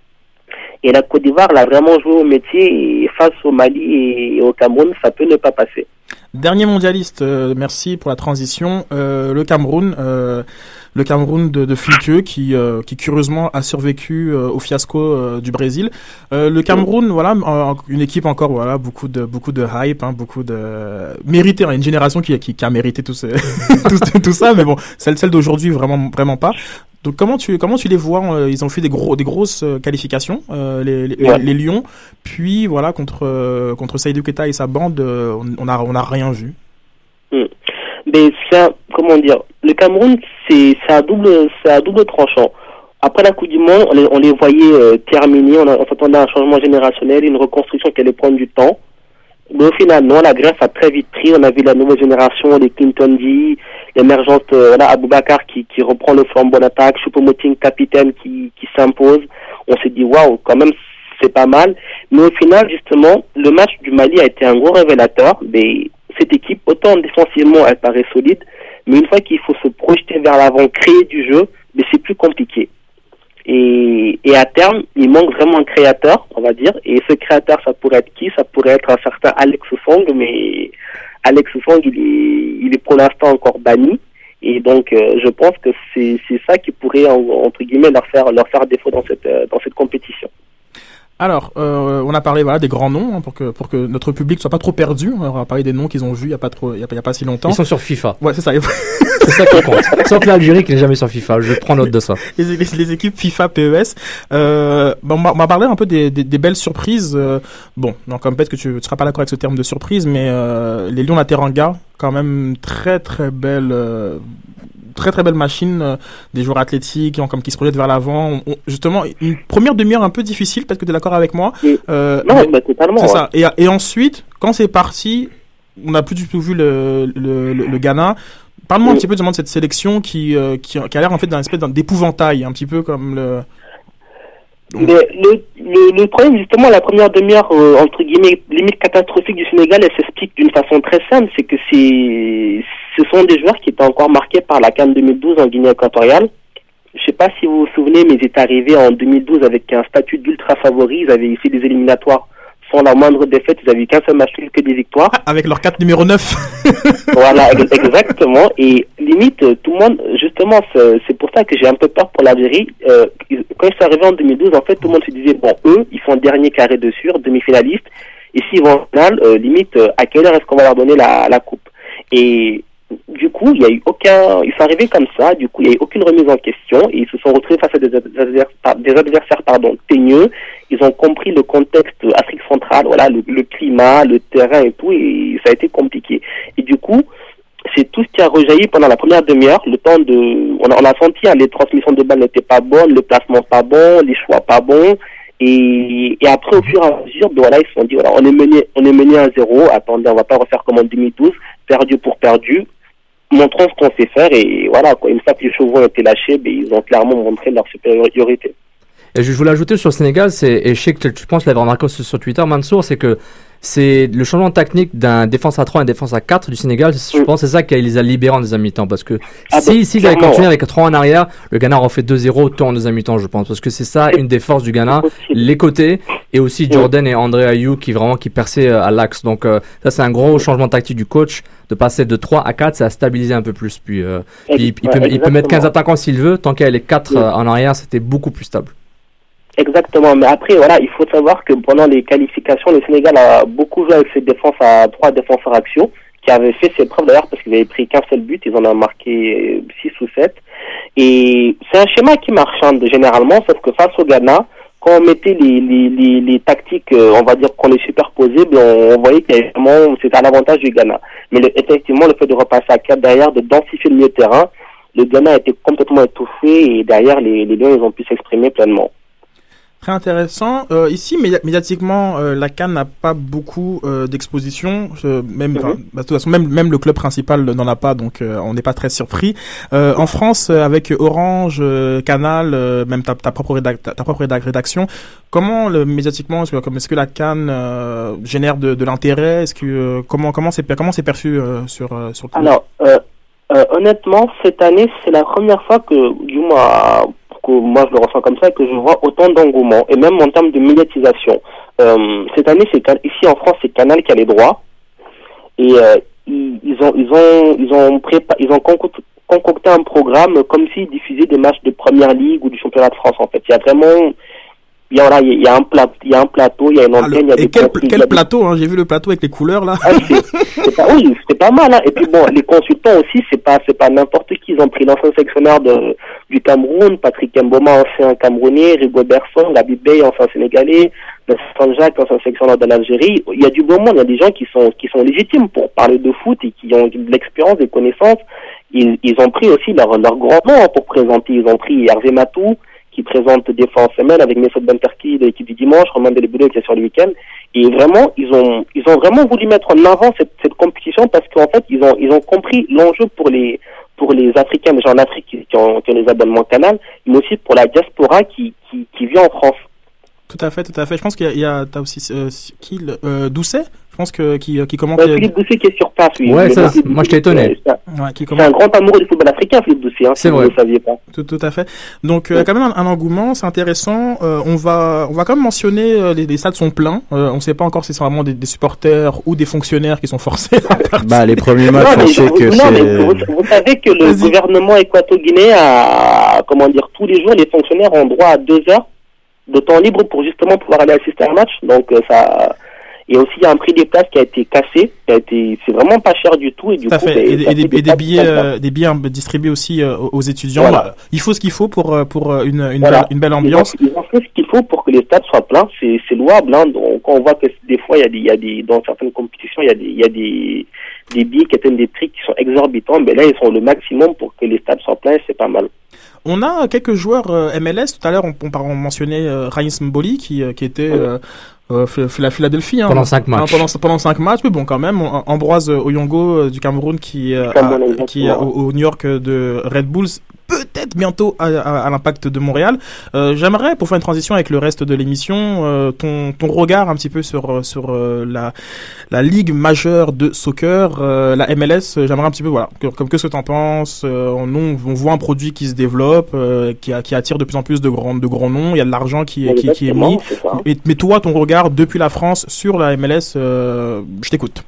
Et la Côte d'Ivoire l'a vraiment joué au métier, et face au Mali et au Cameroun, ça peut ne pas passer. Dernier mondialiste, euh, merci pour la transition, euh, le Cameroun, euh, le Cameroun de, de Fulquieux qui, euh, qui curieusement a survécu euh, au fiasco euh, du Brésil. Euh, le Cameroun, voilà, en, une équipe encore, voilà, beaucoup de beaucoup de hype, hein, beaucoup de mérité, hein, une génération qui, qui, qui a mérité tout, ce, tout, tout ça, mais bon, celle celle d'aujourd'hui vraiment vraiment pas. Donc comment tu comment tu les vois? euh, Ils ont fait des gros des grosses euh, qualifications, euh, les les, ouais. les Lions. Puis voilà contre euh, contre Seydou Keita et sa bande, euh, on, on a on a rien vu. Hmm. Mais c'est un, comment dire, le Cameroun c'est c'est un double c'est un double tranchant. Après la Coupe du Monde, on les, on les voyait euh, terminer, on, a, on s'attendait à un changement générationnel, une reconstruction qui allait prendre du temps. Mais au final, non, la Grèce a très vite pris. On a vu la nouvelle génération, les Clinton D, l'émergence de voilà, Aboubacar qui, qui reprend le flambeau d'attaque, Choupo-Moting, capitaine, qui, qui s'impose. On s'est dit, waouh, quand même, c'est pas mal. Mais au final, justement, le match du Mali a été un gros révélateur. Mais cette équipe, autant défensivement, elle paraît solide, mais une fois qu'il faut se projeter vers l'avant, créer du jeu, mais c'est plus compliqué. Et, et à terme, il manque vraiment un créateur, on va dire. Et ce créateur, ça pourrait être qui? Ça pourrait être un certain Alex Song, mais Alex Song, il est, il est pour l'instant encore banni. Et donc, euh, je pense que c'est, c'est ça qui pourrait, en, entre guillemets, leur faire, leur faire défaut dans cette, dans cette compétition. Alors, euh, on a parlé voilà des grands noms hein, pour que pour que notre public soit pas trop perdu. On a parlé des noms qu'ils ont vus il y a pas trop il y a, il y a pas si longtemps. Ils sont sur FIFA. Ouais, c'est ça. C'est ça qui compte. Sauf l'Algérie qui n'est jamais sur FIFA. Je prends note de ça. Les, les, les équipes FIFA P E S. Euh, bon, on va parler un peu des, des, des belles surprises. Euh, bon, donc comme peut-être que tu ne seras pas d'accord avec ce terme de surprise, mais euh, les Lions de la Teranga, quand même très très belle. Euh, très très belle machine, euh, des joueurs athlétiques qui, ont, comme qui se projettent vers l'avant. On, on, justement, une première demi-heure un peu difficile, peut-être que tu es d'accord avec moi. Euh, non, mais, bah, totalement. C'est ouais. ça. Et, et ensuite, quand c'est parti, on n'a plus du tout vu le, le, le, le Ghana. Parle-moi oui. un petit peu de cette sélection qui, euh, qui, qui a l'air en fait d'un espèce d'épouvantail, un petit peu comme le... Mais le, le, le problème, justement, la première demi-heure, euh, entre guillemets, limite catastrophique du Sénégal, elle s'explique d'une façon très simple, c'est que c'est, ce sont des joueurs qui étaient encore marqués par la CAN deux mille douze en Guinée équatoriale. Je sais pas si vous vous souvenez, mais ils étaient arrivés en deux mille douze avec un statut d'ultra favori, ils avaient fait des éliminatoires sans la moindre défaite, ils avaient eu qu'un seul match que des victoires. Ah, avec leur quatre numéro neuf. Voilà, exactement. Et limite, tout le monde, justement, c'est, c'est pour ça que j'ai un peu peur pour l'Algérie. Euh, quand ils sont arrivés en deux mille douze, en fait, tout le monde se disait, bon, eux, ils sont dernier carré de sûr, demi-finalistes. Et s'ils vont en finale, euh, limite, euh, à quelle heure est-ce qu'on va leur donner la, la coupe? Et du coup, il y a eu aucun, ils sont arrivés comme ça, du coup, il n'y a eu aucune remise en question, et ils se sont retrouvés face à des adversaires, des adversaires, pardon, teigneux. Ils ont compris le contexte Afrique centrale, voilà, le, le climat, le terrain et tout, et ça a été compliqué. Et du coup, c'est tout ce qui a rejailli pendant la première demi-heure, le temps de, on a, on a senti, hein, les transmissions de balles n'étaient pas bonnes, le placement pas bon, les choix pas bons, et, et après, au fur et à mesure, ben voilà, ils se sont dit, voilà, on est mené, on est mené à zéro, attendez, on va pas refaire comme en deux mille douze, perdu pour perdu. montrons ce qu'on sait faire et voilà quoi. Une fois que les chevaux ont été lâchés, ben, ils ont clairement montré leur supériorité. Et je voulais ajouter sur le Sénégal, c'est, et je sais que tu penses l'avais remarqué sur, sur Twitter, Mansour, c'est que c'est le changement de technique d'un défense à trois à un défense à quatre du Sénégal, je pense que c'est ça qui les a libérés en deuxième mi-temps. Parce que ah si, ben, si ils avaient continué avec trois en arrière, le Ghana aurait fait deux zéro tout en deuxième mi-temps, je pense. Parce que c'est ça une des forces du Ghana, les côtés, et aussi Jordan et André Ayou qui vraiment qui perçaient à l'axe. Donc euh, ça c'est un gros changement de tactique du coach, de passer de trois à quatre, ça a stabilisé un peu plus. Puis, euh, puis il, il, peut, il peut mettre quinze attaquants s'il veut, tant qu'il y a les quatre euh, en arrière, c'était beaucoup plus stable. Exactement, mais après, voilà, il faut savoir que pendant les qualifications, le Sénégal a beaucoup joué avec ses défenses à trois défenseurs axiaux, qui avaient fait ses preuves d'ailleurs parce qu'ils avaient pris qu'un seul but, ils en ont marqué six ou sept. Et c'est un schéma qui marche hein, généralement, sauf que face au Ghana, quand on mettait les, les, les, les tactiques, euh, on va dire qu'on les superposait, ben on, on voyait qu'il y avait vraiment, c'était à l'avantage du Ghana. Mais le, effectivement, le fait de repasser à quatre derrière, de densifier le milieu de terrain, le Ghana a été complètement étouffé et derrière, les, les Lions, ils ont pu s'exprimer pleinement. Très intéressant. Euh, ici, médi- médiatiquement, euh, la CAN n'a pas beaucoup euh, d'exposition. Euh, même, mm-hmm. bah, de toute façon, même, même le club principal n'en a pas, donc euh, on n'est pas très surpris. Euh, en France, euh, avec Orange, euh, Canal, euh, même ta, ta propre, rédac- ta, ta propre rédac- rédaction, comment le, médiatiquement, est-ce que, est-ce que la CAN euh, génère de, de l'intérêt? Est-ce que euh, comment comment c'est comment c'est perçu euh, sur euh, sur le club? Alors, euh, euh, honnêtement, cette année, c'est la première fois que, du moins, que moi je le ressens comme ça, que je vois autant d'engouement, et même en termes de médiatisation. Euh, cette année, c'est ici en France, c'est Canal qui a les droits, et euh, ils, ils ont ils ont ils ont prépa- ils ont concocté, concocté un programme comme s'ils diffusaient des matchs de Première Ligue ou du Championnat de France. En fait, il y a vraiment il y a, voilà, il y a un plateau, il y a un plateau, il y a une antenne, ah, le, il y a et des quel, conflits, quel des... plateau, hein, j'ai vu le plateau avec les couleurs là. Ah, c'est, c'est pas, oui, c'était pas mal, hein. Et puis bon, les consultants aussi, c'est pas, c'est pas n'importe qui. Ils ont pris l'ancien sélectionneur de, du Cameroun, Patrick Mboma, ancien Camerounais, Rigo Berson, Gabi Bey, ancien Sénégalais, Vincent Jacques, ancien sélectionneur de l'Algérie. Il y a du bon monde, il y a des gens qui sont, qui sont légitimes pour parler de foot et qui ont de l'expérience, des connaissances. Ils, ils ont pris aussi leur, leur grand nom pour présenter. Ils ont pris Hervé Matou, qui présente Défense M L avec Messot Benterki de l'équipe du dimanche, Romain Deléboulet qui est sur le week-end. Et vraiment, ils ont, ils ont vraiment voulu mettre en avant cette, cette compétition parce qu'en fait, ils ont, ils ont compris l'enjeu pour les, pour les Africains, déjà en Afrique qui, qui, ont, qui ont les abonnements Canal, mais aussi pour la diaspora qui, qui, qui vit en France. Tout à fait, tout à fait. Je pense qu'il y a, il y a t'as aussi euh, qui, euh, Doucet, je pense que qui, qui commente. Euh, Philippe Doucet qui est sur place, oui. Ouais, ça, moi je t'ai étonné. C'est, ouais, qui c'est un grand amoureux du football africain, Philippe Doucet. Hein, c'est si vrai. Vous ne le saviez pas. Tout, tout à fait. Donc, euh, quand même un, un engouement, c'est intéressant. Euh, on va, on va quand même mentionner euh, les, les stades sont pleins. Euh, on ne sait pas encore si c'est vraiment des, des supporters ou des fonctionnaires qui sont forcés à partir. Bah, les premiers matchs, non, on sait vous, que non, c'est. Mais vous, vous savez que le Vas-y. gouvernement équato-guinéen a, comment dire, tous les jours, les fonctionnaires ont droit à deux heures de temps libre pour justement pouvoir aller assister à un match. Donc euh, ça, et aussi il y a un prix des places qui a été cassé, qui a été, c'est vraiment pas cher du tout et du Tout à coup, fait. c'est- Et, ça et des, fait et des pas billets, de euh, des billets distribués aussi euh, aux étudiants. Voilà. Bah, il faut ce qu'il faut pour euh, pour euh, une une, Voilà. belle, une belle Ils ont, ambiance. ils ont fait ce qu'il faut pour que les stades soient pleins. C'est, c'est louable. Hein. Donc on voit que des fois il y a des, il y a des, dans certaines compétitions il y a des, il y a des, des billets qui atteignent des prix qui sont exorbitants. Mais là ils sont le maximum pour que les stades soient pleins. Et c'est pas mal. On a quelques joueurs euh, M L S. Tout à l'heure, on, on, par- on mentionnait euh, Raïs Mboli qui, euh, qui était euh, euh, fait, fait la Philadelphie. Hein, Pendant cinq matchs. Hein, pendant, pendant cinq matchs, mais bon, quand même. On- Ambroise Oyongo euh, du Cameroun qui, euh, Cameroun, a- qui est au, au New York euh, de Red Bulls. Peut-être bientôt à, à, à l'Impact de Montréal. Euh, j'aimerais, pour faire une transition avec le reste de l'émission, euh, ton, ton regard un petit peu sur, sur euh, la, la ligue majeure de soccer, euh, la M L S. J'aimerais un petit peu, voilà, que, comme que ce que t'en penses. Euh, on, on voit un produit qui se développe, euh, qui, a, qui attire de plus en plus de grands, de grands noms. Il y a de l'argent qui, est- qui, qui est mis. Exactement, c'est ça. Et, mais toi, ton regard depuis la France sur la M L S, euh, je t'écoute.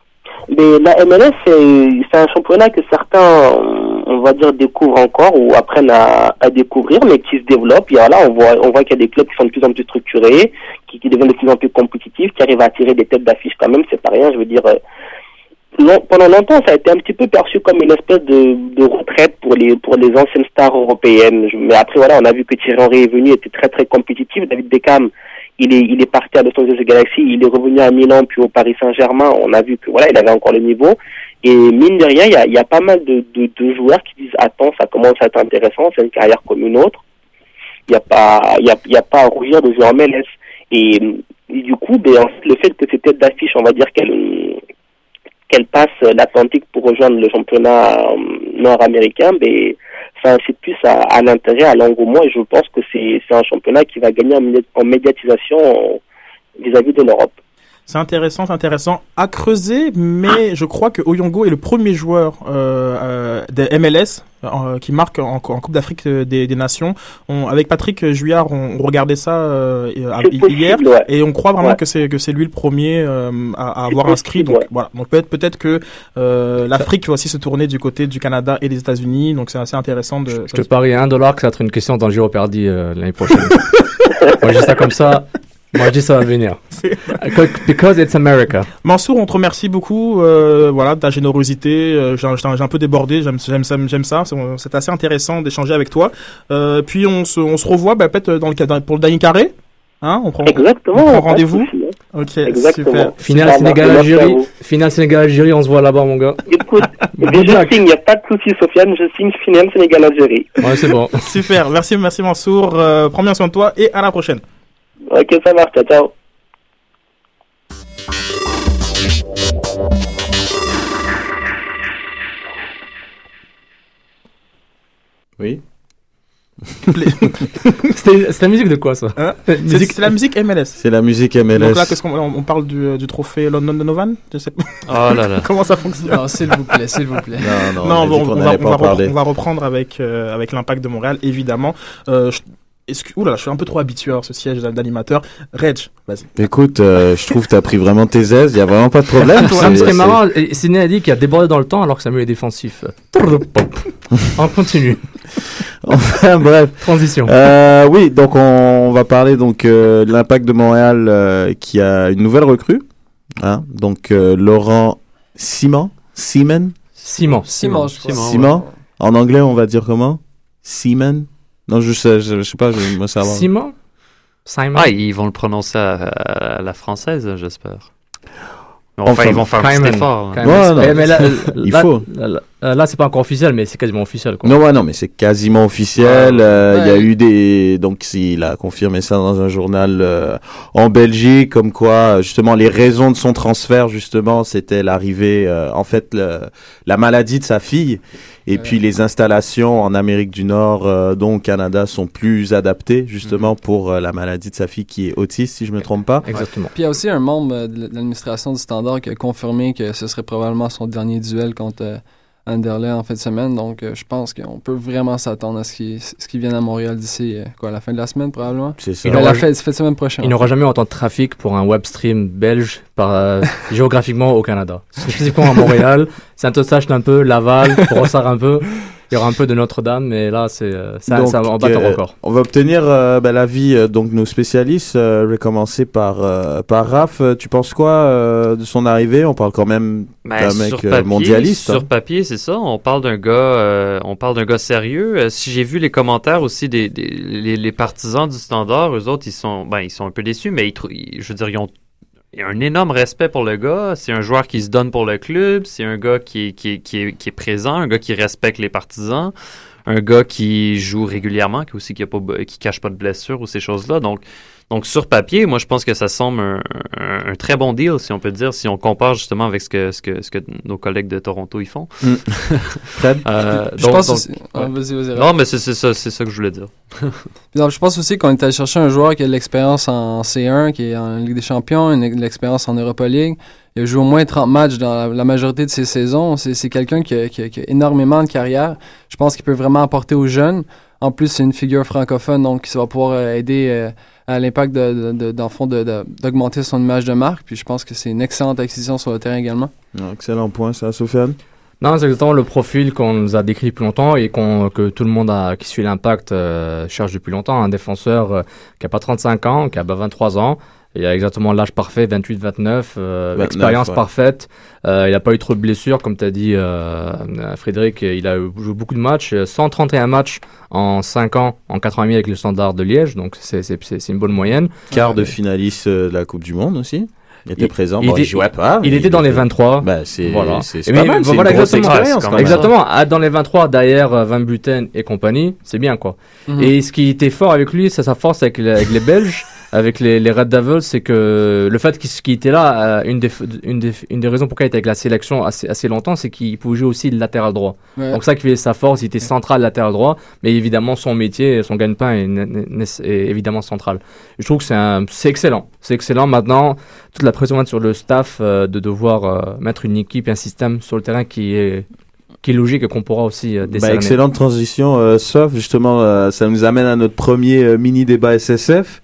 Mais la M L S, c'est, c'est un championnat que certains, on va dire, découvrent encore ou apprennent à, à découvrir, mais qui se développe. Et voilà, on voit, on voit qu'il y a des clubs qui sont de plus en plus structurés, qui, qui deviennent de plus en plus compétitifs, qui arrivent à attirer des têtes d'affiche quand même. C'est pas rien, je veux dire. euh, long- pendant longtemps, ça a été un petit peu perçu comme une espèce de, de retraite pour les, pour les anciennes stars européennes. Je- mais après, voilà, on a vu que Thierry Henry est venu, était très très compétitif. David Beckham, il est, il est parti à Los Angeles Galaxy, il est revenu à Milan puis au Paris Saint-Germain. On a vu que voilà, il avait encore le niveau. Et mine de rien, il y a, il y a pas mal de, de, de joueurs qui disent attends, ça commence à être intéressant, c'est une carrière comme une autre. Il y a pas, il y a, il y a pas à rougir de jouer en M L S. Et, et du coup, ben, en fait, le fait que ces têtes d'affiche, on va dire qu'elles qu'elle passe l'Atlantique pour rejoindre le championnat euh, nord-américain, ben, ça incite plus à, à l'intérêt, à l'engouement, et je pense que c'est, c'est un championnat qui va gagner en, médi- en médiatisation en, vis-à-vis de l'Europe. C'est intéressant, c'est intéressant à creuser, mais je crois que Oyongo est le premier joueur euh, euh, de M L S euh, qui marque en, en Coupe d'Afrique des, des Nations. On, avec Patrick Juillard, on, on regardait ça euh, hier, possible, ouais. et on croit vraiment ouais. que c'est que c'est lui le premier euh, à, à avoir possible, inscrit. Donc ouais. voilà. Donc peut-être peut-être que euh, l'Afrique va aussi se tourner du côté du Canada et des États-Unis. Donc c'est assez intéressant de. Je, je te parie un dollar que ça va être une question dans le Giro Perdi euh, l'année prochaine. Moi, je dis ça comme ça. Moi, je dis ça va venir. Because it's America. Mansour, on te remercie beaucoup, euh, voilà, de ta générosité. Euh, j'ai, j'ai, j'ai un peu débordé, j'aime, j'aime ça, j'aime ça. C'est, c'est assez intéressant d'échanger avec toi. Euh, puis on se, on se revoit, bah, peut-être dans le pour le dernier carré. Hein, on prend, Exactement. On prend rendez-vous. Souci, hein. Ok, Exactement. super. Finale Sénégal-Algérie. Finale Sénégal-Algérie, on se voit là-bas, mon gars. Écoute, je signe, il n'y a pas de souci, Sofiane, je signe finale Sénégal-Algérie. Ouais, c'est bon. Super, merci, merci Mansour. Euh, prends bien soin de toi et à la prochaine. Ok, ça marche, ciao, ciao. Oui. c'était, c'est la musique de quoi, ça hein musique... c'est, c'est la musique M L S. C'est la musique M L S. Donc là, qu'est-ce qu'on on parle du, du trophée London Donovan? Je sais pas. Oh là là. Comment ça fonctionne? Non, s'il vous plaît, s'il vous plaît. Non, non, non on, bon, on, va, on, va repre- on va reprendre avec, euh, avec l'Impact de Montréal, évidemment. Euh, je... Excuse... Ouh là, je suis un peu trop habitué à ce siège d'animateur. Reg, vas-y. Écoute, euh, je trouve que tu as pris vraiment tes aises, il n'y a vraiment pas de problème. C'est, ce qui est marrant, Sidney a dit qu'il a débordé dans le temps alors que Samuel est défensif. On continue. Enfin, bref. Transition. Euh, oui, donc on, on va parler donc euh, de l'Impact de Montréal euh, qui a une nouvelle recrue. Hein, donc euh, Laurent Simon. Simon. Simon. Simon, je crois. Simon. Ouais. En anglais, on va dire comment? Simon. Non, je sais, je, je sais pas, je me savoir. Simon? Simon? Ah, ils vont le prononcer à, à la française, j'espère. Enfin, enfin, ils vont faire un petit effort. Hein. Ouais, non, mais là, il là, faut. Là, là, là, c'est pas encore officiel, mais c'est quasiment officiel. Quoi. Non, ouais, non, mais c'est quasiment officiel. Il ah, euh, ouais. y a eu des... Donc, il a confirmé ça dans un journal euh, en Belgique, comme quoi, justement, les raisons de son transfert, justement, c'était l'arrivée, euh, en fait, le, la maladie de sa fille. Et ouais. puis, les installations en Amérique du Nord, euh, dont au Canada, sont plus adaptées, justement, mm-hmm. pour euh, la maladie de sa fille qui est autiste, si je me trompe pas. Exactement. Puis, il y a aussi un membre de l'administration du Standard qui a confirmé que ce serait probablement son dernier duel contre euh, Anderlecht en fin de semaine. Donc, euh, je pense qu'on peut vraiment s'attendre à ce qu'il, ce qu'il vienne à Montréal d'ici euh, quoi, à la fin de la semaine, probablement. C'est ça. Il aura, la fin, fin de semaine prochaine. Il n'aura jamais autant de trafic pour un web stream belge par, euh, géographiquement au Canada. Spécifiquement à Montréal. Saint-Eustache un peu, Laval, Brossard un peu. Il y aura un peu de Notre-Dame, mais là, c'est, ça, donc, ça va en battre euh, encore. On va obtenir euh, ben, l'avis euh, donc nos spécialistes. Euh, je vais commencer par, euh, par Raph. Tu penses quoi euh, de son arrivée? On parle quand même ben, d'un mec papier, euh, mondialiste. Sur hein. papier, c'est ça. On parle d'un gars, euh, on parle d'un gars sérieux. Euh, si j'ai vu les commentaires aussi des, des les, les partisans du Standard, eux autres, ils sont, ben, ils sont un peu déçus, mais ils, ils, je veux dire, ils ont Il y a un énorme respect pour le gars. C'est un joueur qui se donne pour le club. C'est un gars qui est, qui est, qui est, qui est présent, un gars qui respecte les partisans, un gars qui joue régulièrement, qui aussi qui a pas, qui cache pas de blessures ou ces choses-là. Donc, donc sur papier, moi je pense que ça semble un, un, un très bon deal, si on peut dire, si on compare justement avec ce que ce que ce que nos collègues de Toronto ils font. Mm. Fred, euh, je donc, pense donc, aussi. Ouais. Ah, vas-y, vas-y. Non, mais c'est, c'est ça, c'est ça que je voulais dire. Donc, je pense aussi qu'on est allé chercher un joueur qui a de l'expérience en C un, qui est en Ligue des Champions, une, de l'expérience en Europa League. Il a joué au moins trente matchs dans la, la majorité de ses saisons. C'est, c'est quelqu'un qui a, qui, a, qui a énormément de carrière. Je pense qu'il peut vraiment apporter aux jeunes. En plus, c'est une figure francophone, donc ça va pouvoir euh, aider euh, à l'impact de, de, de, dans le fond de, de, d'augmenter son image de marque. Puis je pense que c'est une excellente acquisition sur le terrain également. Excellent point, ça, Sofiane. Non, c'est exactement le profil qu'on nous a décrit depuis longtemps et qu'on, que tout le monde a, qui suit l'Impact euh, cherche depuis longtemps. Un défenseur euh, qui n'a pas trente-cinq ans, qui a bah, vingt-trois ans. Il a exactement l'âge parfait, vingt-huit vingt-neuf, euh, l'expérience ouais. parfaite. Euh, il n'a pas eu trop de blessures, comme tu as dit, euh, Frédéric. Il a joué beaucoup de matchs, cent trente et un matchs en cinq ans, en quatre ans et demi avec le Standard de Liège. Donc, c'est, c'est, c'est, c'est une bonne moyenne. Quart de finaliste de la Coupe du Monde aussi. Il était il, présent. Il, bon, était, il jouait pas. Il, il était dans les vingt-trois. Ben, c'est, voilà. c'est, c'est pas mais, mal. C'est voilà, une grosse expérience. Quand exactement. Ah, dans les vingt-trois, derrière Van Buten et compagnie, c'est bien, quoi. Mm-hmm. Et ce qui était fort avec lui, c'est sa force avec, les, avec les Belges. avec les, les Red Devils, c'est que le fait qu'il, qu'il était là, euh, une, des, une, des, une des raisons pour lesquelles il était avec la sélection assez, assez longtemps, c'est qu'il pouvait jouer aussi le latéral droit. Ouais. Donc ça qui fait sa force, il était central latéral droit, mais évidemment son métier, son gagne-pain est, est, est évidemment central. Je trouve que c'est, un, c'est excellent. C'est excellent. Maintenant, toute la pression sur le staff euh, de devoir euh, mettre une équipe et un système sur le terrain qui est qui est logique et qu'on pourra aussi euh, décerner. Bah, excellente transition, euh, sauf justement, euh, ça nous amène à notre premier euh, mini-débat S S F.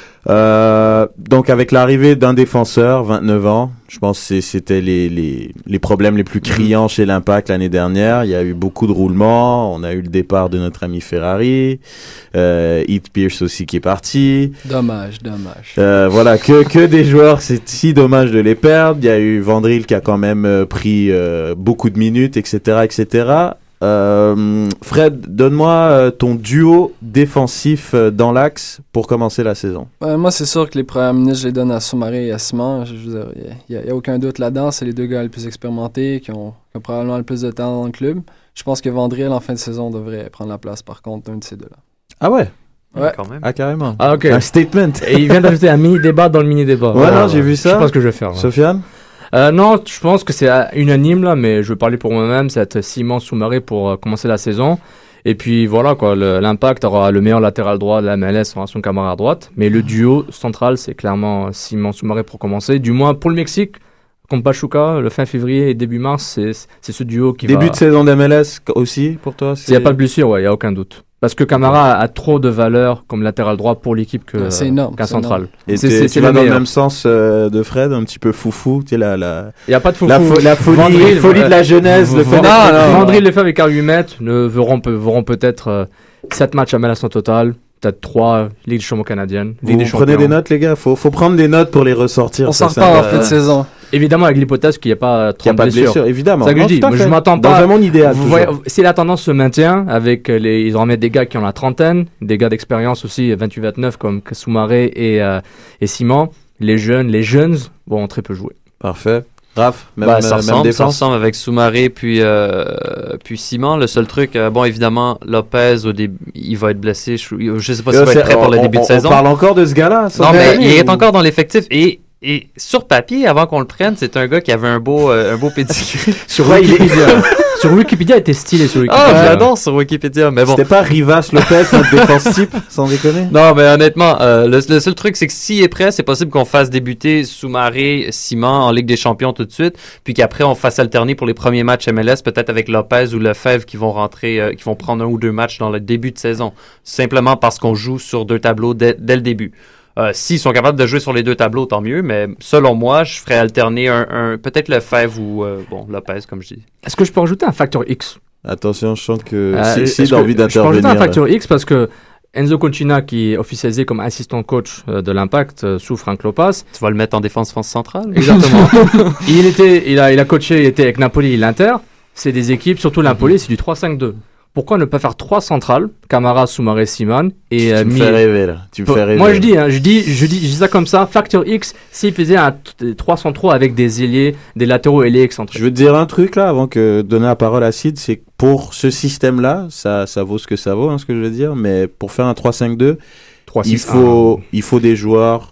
Euh, donc avec l'arrivée d'un défenseur, vingt-neuf ans, je pense que c'était les, les, les problèmes les plus criants chez l'Impact l'année dernière. Il y a eu beaucoup de roulements, on a eu le départ de notre ami Ferrari, euh, Heath Pierce aussi qui est parti. Dommage, dommage. Euh, voilà, que, que des joueurs, c'est si dommage de les perdre. Il y a eu Vandril qui a quand même euh, pris euh, beaucoup de minutes, et cetera, et cetera. Euh, Fred, donne-moi euh, ton duo défensif euh, dans l'axe pour commencer la saison. Euh, moi, c'est sûr que les premières minutes, je les donne à Soumaré et à Simon. Je veux dire, il n'y a, a aucun doute là-dedans. C'est les deux gars les plus expérimentés qui ont, qui ont probablement le plus de temps dans le club. Je pense que Vandril, en fin de saison, devrait prendre la place, par contre, d'un de ces deux-là. Ah ouais? Ouais. Quand même. Ah, carrément. Ah, ok. Un statement. Et il vient d'ajouter un mini-débat dans le mini-débat. Ouais, non, j'ai vu ça. Je sais pas ce que je vais faire. Ouais. Sofiane? Euh, non, je pense que c'est euh, unanime là, mais je vais parler pour moi-même. C'est être Simon Soumaré pour euh, commencer la saison. Et puis voilà quoi, le, l'Impact aura le meilleur latéral droit de la M L S, aura son camarade à droite. Mais le duo central, c'est clairement Simon Soumaré pour commencer. Du moins pour le Mexique, contre Pachuca, le fin février et début mars, c'est, c'est ce duo qui Début va... Début de saison d'M L S aussi pour toi? S'il n'y a pas de blessure, ouais, il n'y a aucun doute. Parce que Camara a, a trop de valeur comme latéral droit pour l'équipe que, ouais, c'est énorme, qu'un c'est central. Énorme. Et c'est, c'est, c'est, tu c'est vas le dans meilleur. le même sens euh, de Fred, un petit peu foufou, tu sais, la, la... Il n'y a pas de foufou. La, fo- la folie, Vandril, folie euh, de la jeunesse. v- de v- faire non, des- non, Vandril le fait avec argument, ne verront, pe- verront peut-être euh, sept matchs à M L S en total, peut-être trois Ligue des champions canadiennes. Vous, des vous prenez des notes, les gars? Faut, faut prendre des notes pour les ressortir. On ça, s'en ça reparle en va- fin de saison. Évidemment, avec l'hypothèse qu'il n'y a pas Qu'il n'y a trente pas de blessures. blessure, évidemment. C'est ça que Non, je dis. tout à Moi, fait. je m'attends Dans pas. un monde idéal, Vous toujours. voyez, si la tendance se maintient, avec les, ils auront mettre des gars qui ont la trentaine, des gars d'expérience aussi, vingt-huit vingt-neuf comme Soumaré et, euh, et Simon, les jeunes, les jeunes vont très peu jouer. Parfait. Raph, même, Bah, ça même ressemble, ça défense. ressemble avec Soumaré puis euh, puis Simon. Le seul truc, euh, bon évidemment Lopez au début, il va être blessé. Je, je sais pas s'il Là, va c'est- être prêt pour le on- début on- de saison. On parle encore de ce gars-là. ça, Non mais Ferrari, il est ou- encore dans l'effectif et et sur papier, avant qu'on le prenne, c'est un gars qui avait un beau euh, un beau pédigré. Sur Wikipédia, sur Wikipédia, il était stylé sur Wikipédia. Ah, je l'adore sur Wikipédia, mais bon. C'était pas Rivas Lopez, notre défense type, sans déconner? Non, mais honnêtement, euh, le, le seul truc, c'est que s'il est prêt, c'est possible qu'on fasse débuter Soumaré, Simon en Ligue des Champions tout de suite, puis qu'après on fasse alterner pour les premiers matchs M L S, peut-être avec Lopez ou Lefebvre qui vont rentrer, euh, qui vont prendre un ou deux matchs dans le début de saison, simplement parce qu'on joue sur deux tableaux dès, dès le début. Euh, s'ils sont capables de jouer sur les deux tableaux, tant mieux, mais selon moi, je ferais alterner un, un peut-être Lefebvre ou euh, bon Lopez, comme je dis. Est-ce que je peux rajouter un facteur X? Attention, je sens que Euh, si, si est-ce j'ai que envie Je peux d'intervenir. rajouter un facteur X parce que Enzo Concina, qui est officialisé comme assistant coach euh, de l'Impact euh, sous Frank Lopas. Tu vas le mettre en défense France centrale? Exactement. il, était, il, a, il a coaché, il était avec Napoli et l'Inter. C'est des équipes, surtout Napoli, c'est du trois cinq deux. Pourquoi ne pas faire trois centrales, Camara, Soumaré, Simon et euh, Tu me mi- fais rêver, là. Tu me fais rêver. Moi je dis, hein, je dis, je dis, je dis ça comme ça. Facteur X, s'il faisait un t- trois centraux avec des ailiers, des latéraux ailiers excentrés. Je veux te dire un truc là avant que de donner la parole à Sid, c'est que pour ce système-là, ça, ça vaut ce que ça vaut, hein, ce que je veux dire, mais pour faire un trois cinq deux, trois il six faut, il faut des joueurs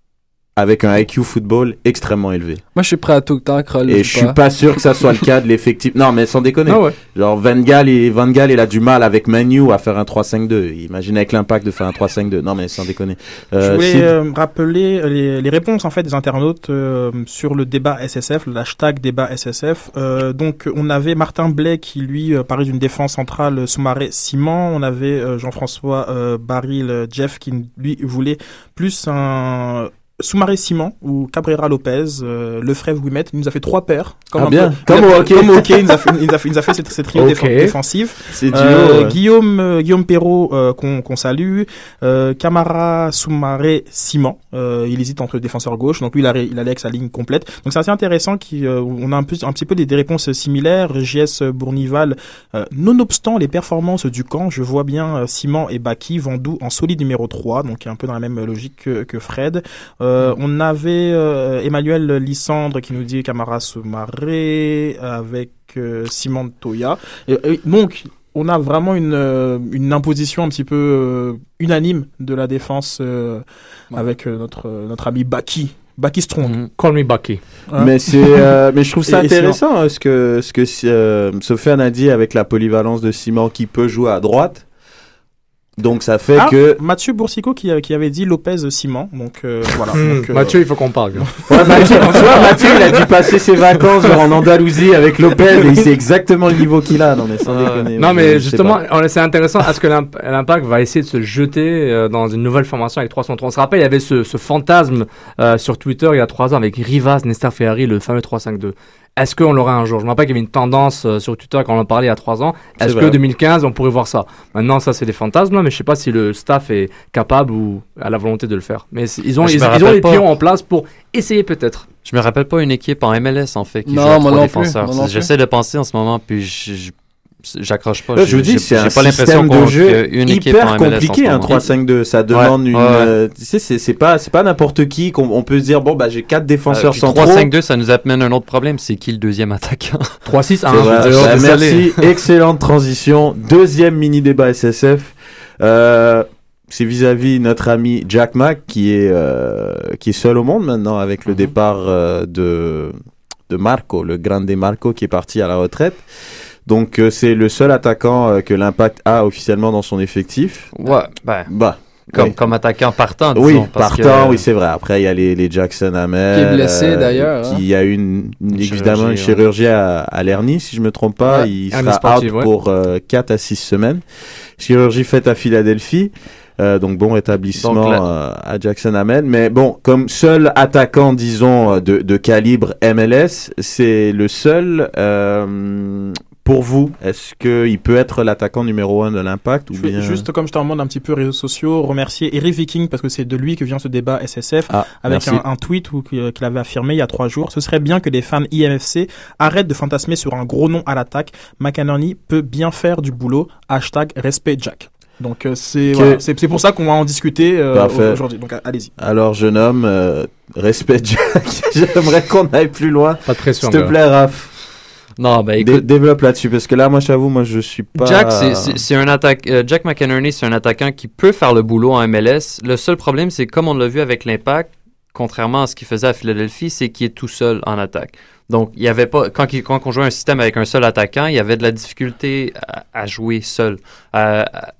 avec un I Q football extrêmement élevé. Moi, je suis prêt à tout le temps, Kroll. Et je suis pas sûr que ça soit le cas de l'effectif. Non, mais sans déconner. Ah ouais. Genre Van Gaal, et Van Gaal, il a du mal avec Manu à faire un trois cinq deux. Imagine avec l'Impact de faire un trois cinq deux. Non, mais sans déconner. Euh, Je voulais Sid, euh, rappeler les, les réponses en fait des internautes euh, sur le débat S S F, le hashtag débat S S F. Euh, donc on avait Martin Blais qui lui euh, parlait d'une défense centrale Soumaré Simon. On avait euh, Jean-François euh, Baril euh, Jeff qui lui voulait plus un Soumaré Simon ou Cabrera Lopez, euh, Lefebvre Ouimet. Il nous a fait trois paires. Comme Ah un bien. peu- Comme il a- au hockey. Comme au hockey, il nous a fait, il nous a fait, il nous a fait cette, cette trio Ok. déf- défensif. c'est duo. Euh, ouais. Guillaume euh, Guillaume Perrault euh, qu'on qu'on salue, euh, Camara Soumaré Simon, euh, il hésite entre le défenseur gauche, donc lui il, a, il allait avec sa ligne complète. Donc c'est assez intéressant qu'on euh, on a un peu un petit peu des, des réponses similaires. J S Bournival, euh, nonobstant les performances du camp, je vois bien euh, Simon et Baki Vandou en solide numéro trois, donc un peu dans la même logique que, que Fred. Euh, on avait euh, Emmanuel Lissandre qui nous dit Camara Soumaré avec euh, Simon Toya. Et, et donc on a vraiment une, euh, une imposition un petit peu euh, unanime de la défense euh, ouais. avec euh, notre, euh, notre ami Baki. Baki Strong. Mm-hmm. Call me Baki. Hein? Mais, c'est, euh, mais je trouve ça et, intéressant et hein, ce que, ce que euh, Sofiane a dit avec la polyvalence de Simon qui peut jouer à droite. Donc ça fait ah, que Mathieu Boursico qui, qui avait dit Lopez Simon donc euh, voilà mmh, donc, euh... Mathieu il faut qu'on parle ouais, Mathieu, vois, Mathieu il a dû passer ses vacances genre en Andalousie avec Lopez et il sait exactement le niveau qu'il a non mais sans euh, déconner non mais justement c'est intéressant est-ce que l'Impact va essayer de se jeter euh, dans une nouvelle formation avec trois cent trois on se rappelle il y avait ce, ce fantasme euh, sur Twitter il y a trois ans avec Rivas, Nestor Ferrari le fameux trois cinq deux. Est-ce qu'on l'aura un jour? Je me rappelle qu'il y avait une tendance euh, sur Twitter quand on en parlait il y a trois ans. Est-ce c'est que vrai. deux mille quinze, on pourrait voir ça? Maintenant, ça, c'est des fantasmes, mais je ne sais pas si le staff est capable ou a la volonté de le faire. Mais ils ont, ils, ils ont les pions en place pour essayer peut-être. Je me rappelle pas une équipe en M L S, en fait, qui non, joue à trois non défenseurs. Plus, J'essaie de penser en ce moment, puis je... je... J'accroche pas. Là, je vous dis, c'est un pas système de jeu hyper compliqué, un trois cinq deux. Ça demande ouais, une, ouais. euh, tu sais, c'est, c'est pas, c'est pas n'importe qui qu'on on peut se dire, bon, bah, j'ai quatre défenseurs euh, centraux. trois cinq deux, ça nous amène un autre problème, c'est qui le deuxième attaquant? trois six un. Bah, merci. Excellente transition. Deuxième mini débat S S F. Euh, c'est vis-à-vis notre ami Jack Mack qui est, euh, qui est seul au monde maintenant avec le mm-hmm. départ euh, de, de Marco, le grande Marco qui est parti à la retraite. Donc euh, c'est le seul attaquant euh, que l'Impact a officiellement dans son effectif. Ouais, ben, bah, comme, oui. comme attaquant partant, disons. Oui, parce partant, que... oui, c'est vrai. Après, il y a les, les Jackson Hamel. Qui est blessé euh, d'ailleurs. Qui hein. a eu une, une, évidemment une chirurgie à, à l'hernie, si je ne me trompe pas. Ouais, il sera sportif, out ouais. pour euh, quatre à six semaines. Chirurgie faite à Philadelphie. Euh, donc bon rétablissement donc, là... euh, à Jackson Hamel. Mais bon, comme seul attaquant, disons, de, de calibre M L S, c'est le seul... Euh, Pour vous, est-ce qu'il peut être l'attaquant numéro un de l'Impact ou bien... Juste comme je t'en demande un petit peu réseaux sociaux, remercier Eric Viking parce que c'est de lui que vient ce débat S S F ah, avec un, un tweet où, qu'il avait affirmé il y a trois jours. Ce serait bien que les fans I M F C arrêtent de fantasmer sur un gros nom à l'attaque. McInerney peut bien faire du boulot. Hashtag respect Jack. Donc euh, c'est, que... voilà, c'est c'est pour ça qu'on va en discuter euh, aujourd'hui. Donc allez-y. Alors jeune homme, euh, respect Jack. J'aimerais qu'on aille plus loin. Pas de pression. S'il te plaît Raph. Non, ben écoute, Dé- développe là-dessus parce que là, moi, j'avoue, moi, je suis pas. Jack, c'est, c'est, c'est un attaque. Euh, Jack McInerney, c'est un attaquant qui peut faire le boulot en M L S. Le seul problème, c'est comme on l'a vu avec l'Impact, contrairement à ce qu'il faisait à Philadelphie, c'est qu'il est tout seul en attaque. Donc, il y avait pas quand, il, quand on jouait un système avec un seul attaquant, il y avait de la difficulté à, à jouer seul. Euh,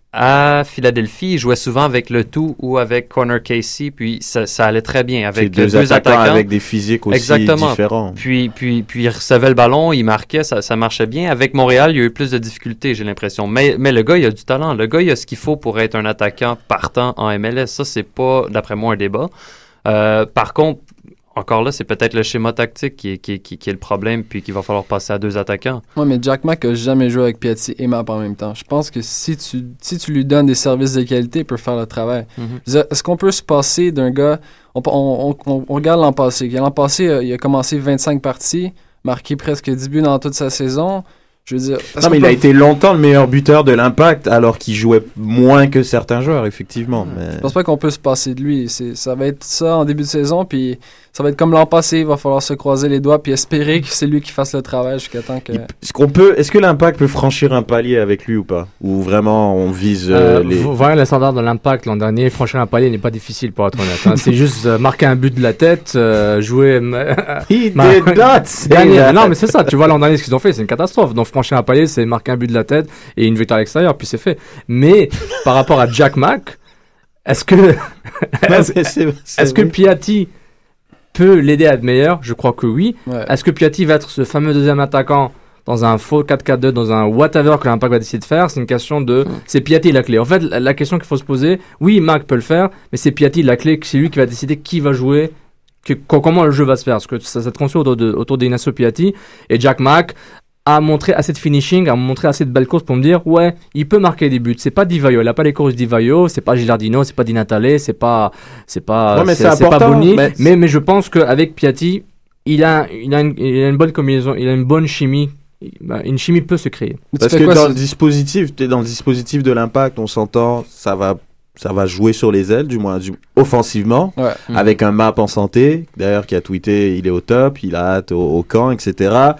À Philadelphie, il jouait souvent avec le tout ou avec Connor Casey, puis ça, ça allait très bien avec deux, deux attaquants, attaquants avec des physiques aussi Exactement. différents. Puis, puis, puis il recevait le ballon, il marquait, ça, ça marchait bien. Avec Montréal, il y a eu plus de difficultés, j'ai l'impression. Mais, mais le gars, il a du talent. Le gars, il a ce qu'il faut pour être un attaquant partant en M L S. Ça, c'est pas, d'après moi, un débat. Euh, par contre, encore là, c'est peut-être le schéma tactique qui est, qui, est, qui, qui est le problème, puis qu'il va falloir passer à deux attaquants. Oui, mais Jack Mack n'a jamais joué avec Piatti et Map en même temps. Je pense que si tu, si tu lui donnes des services de qualité, il peut faire le travail. Mm-hmm. Est-ce qu'on peut se passer d'un gars... On, on, on, on regarde l'an passé. L'an passé, il a commencé vingt-cinq parties, marqué presque dix buts dans toute sa saison. Je veux dire, non, mais il peut... a été longtemps le meilleur buteur de l'Impact, alors qu'il jouait moins que certains joueurs, effectivement. Mais... Je pense pas qu'on peut se passer de lui. C'est, ça va être ça en début de saison, puis ça va être comme l'an passé. Il va falloir se croiser les doigts puis espérer que c'est lui qui fasse le travail jusqu'à temps que... Est-ce qu'on peut, est-ce que l'Impact peut franchir un palier avec lui ou pas? Ou vraiment on vise euh, euh, les... Vous voyez le standard de l'Impact l'an dernier, franchir un palier n'est pas difficile pour être honnête. Hein. C'est juste euh, marquer un but de la tête, euh, jouer... He did not say that. Non, mais c'est ça. Tu vois l'an dernier ce qu'ils ont fait, c'est une catastrophe. Donc franchir un palier, c'est marquer un but de la tête et une victoire à l'extérieur, puis c'est fait. Mais par rapport à Jack Mack, est-ce que est-ce, c'est, c'est, c'est est-ce que Piatti peut l'aider à être meilleur? Je crois que oui. Ouais. Est-ce que Piatti va être ce fameux deuxième attaquant dans un faux quatre quatre deux, dans un whatever que l'Impact va décider de faire? C'est une question de... C'est Piatti la clé. En fait, la, la question qu'il faut se poser, oui, Mack peut le faire, mais c'est Piatti la clé, c'est lui qui va décider qui va jouer, que, comment le jeu va se faire. Parce que ça, ça te construit autour, de, autour d'Ignacio Piatti et Jack Mack a montré assez de finishing, a montré assez de belles courses pour me dire ouais, il peut marquer des buts. C'est pas Di Vaio, il a pas les courses Di Vaio, c'est pas Gilardino, c'est pas Di Natale, c'est pas c'est pas ouais, mais c'est, c'est, c'est pas Boni, mais... mais mais je pense qu'avec Piatti, il a il a une, il a une bonne combinaison, il a une bonne chimie. Une chimie peut se créer. Parce que quoi, dans c'est... le dispositif, dans le dispositif de l'Impact, on s'entend, ça va ça va jouer sur les ailes, du moins du, offensivement, ouais. avec mmh. un Map en santé, d'ailleurs qui a tweeté, il est au top, il a hâte au, au camp, et cetera.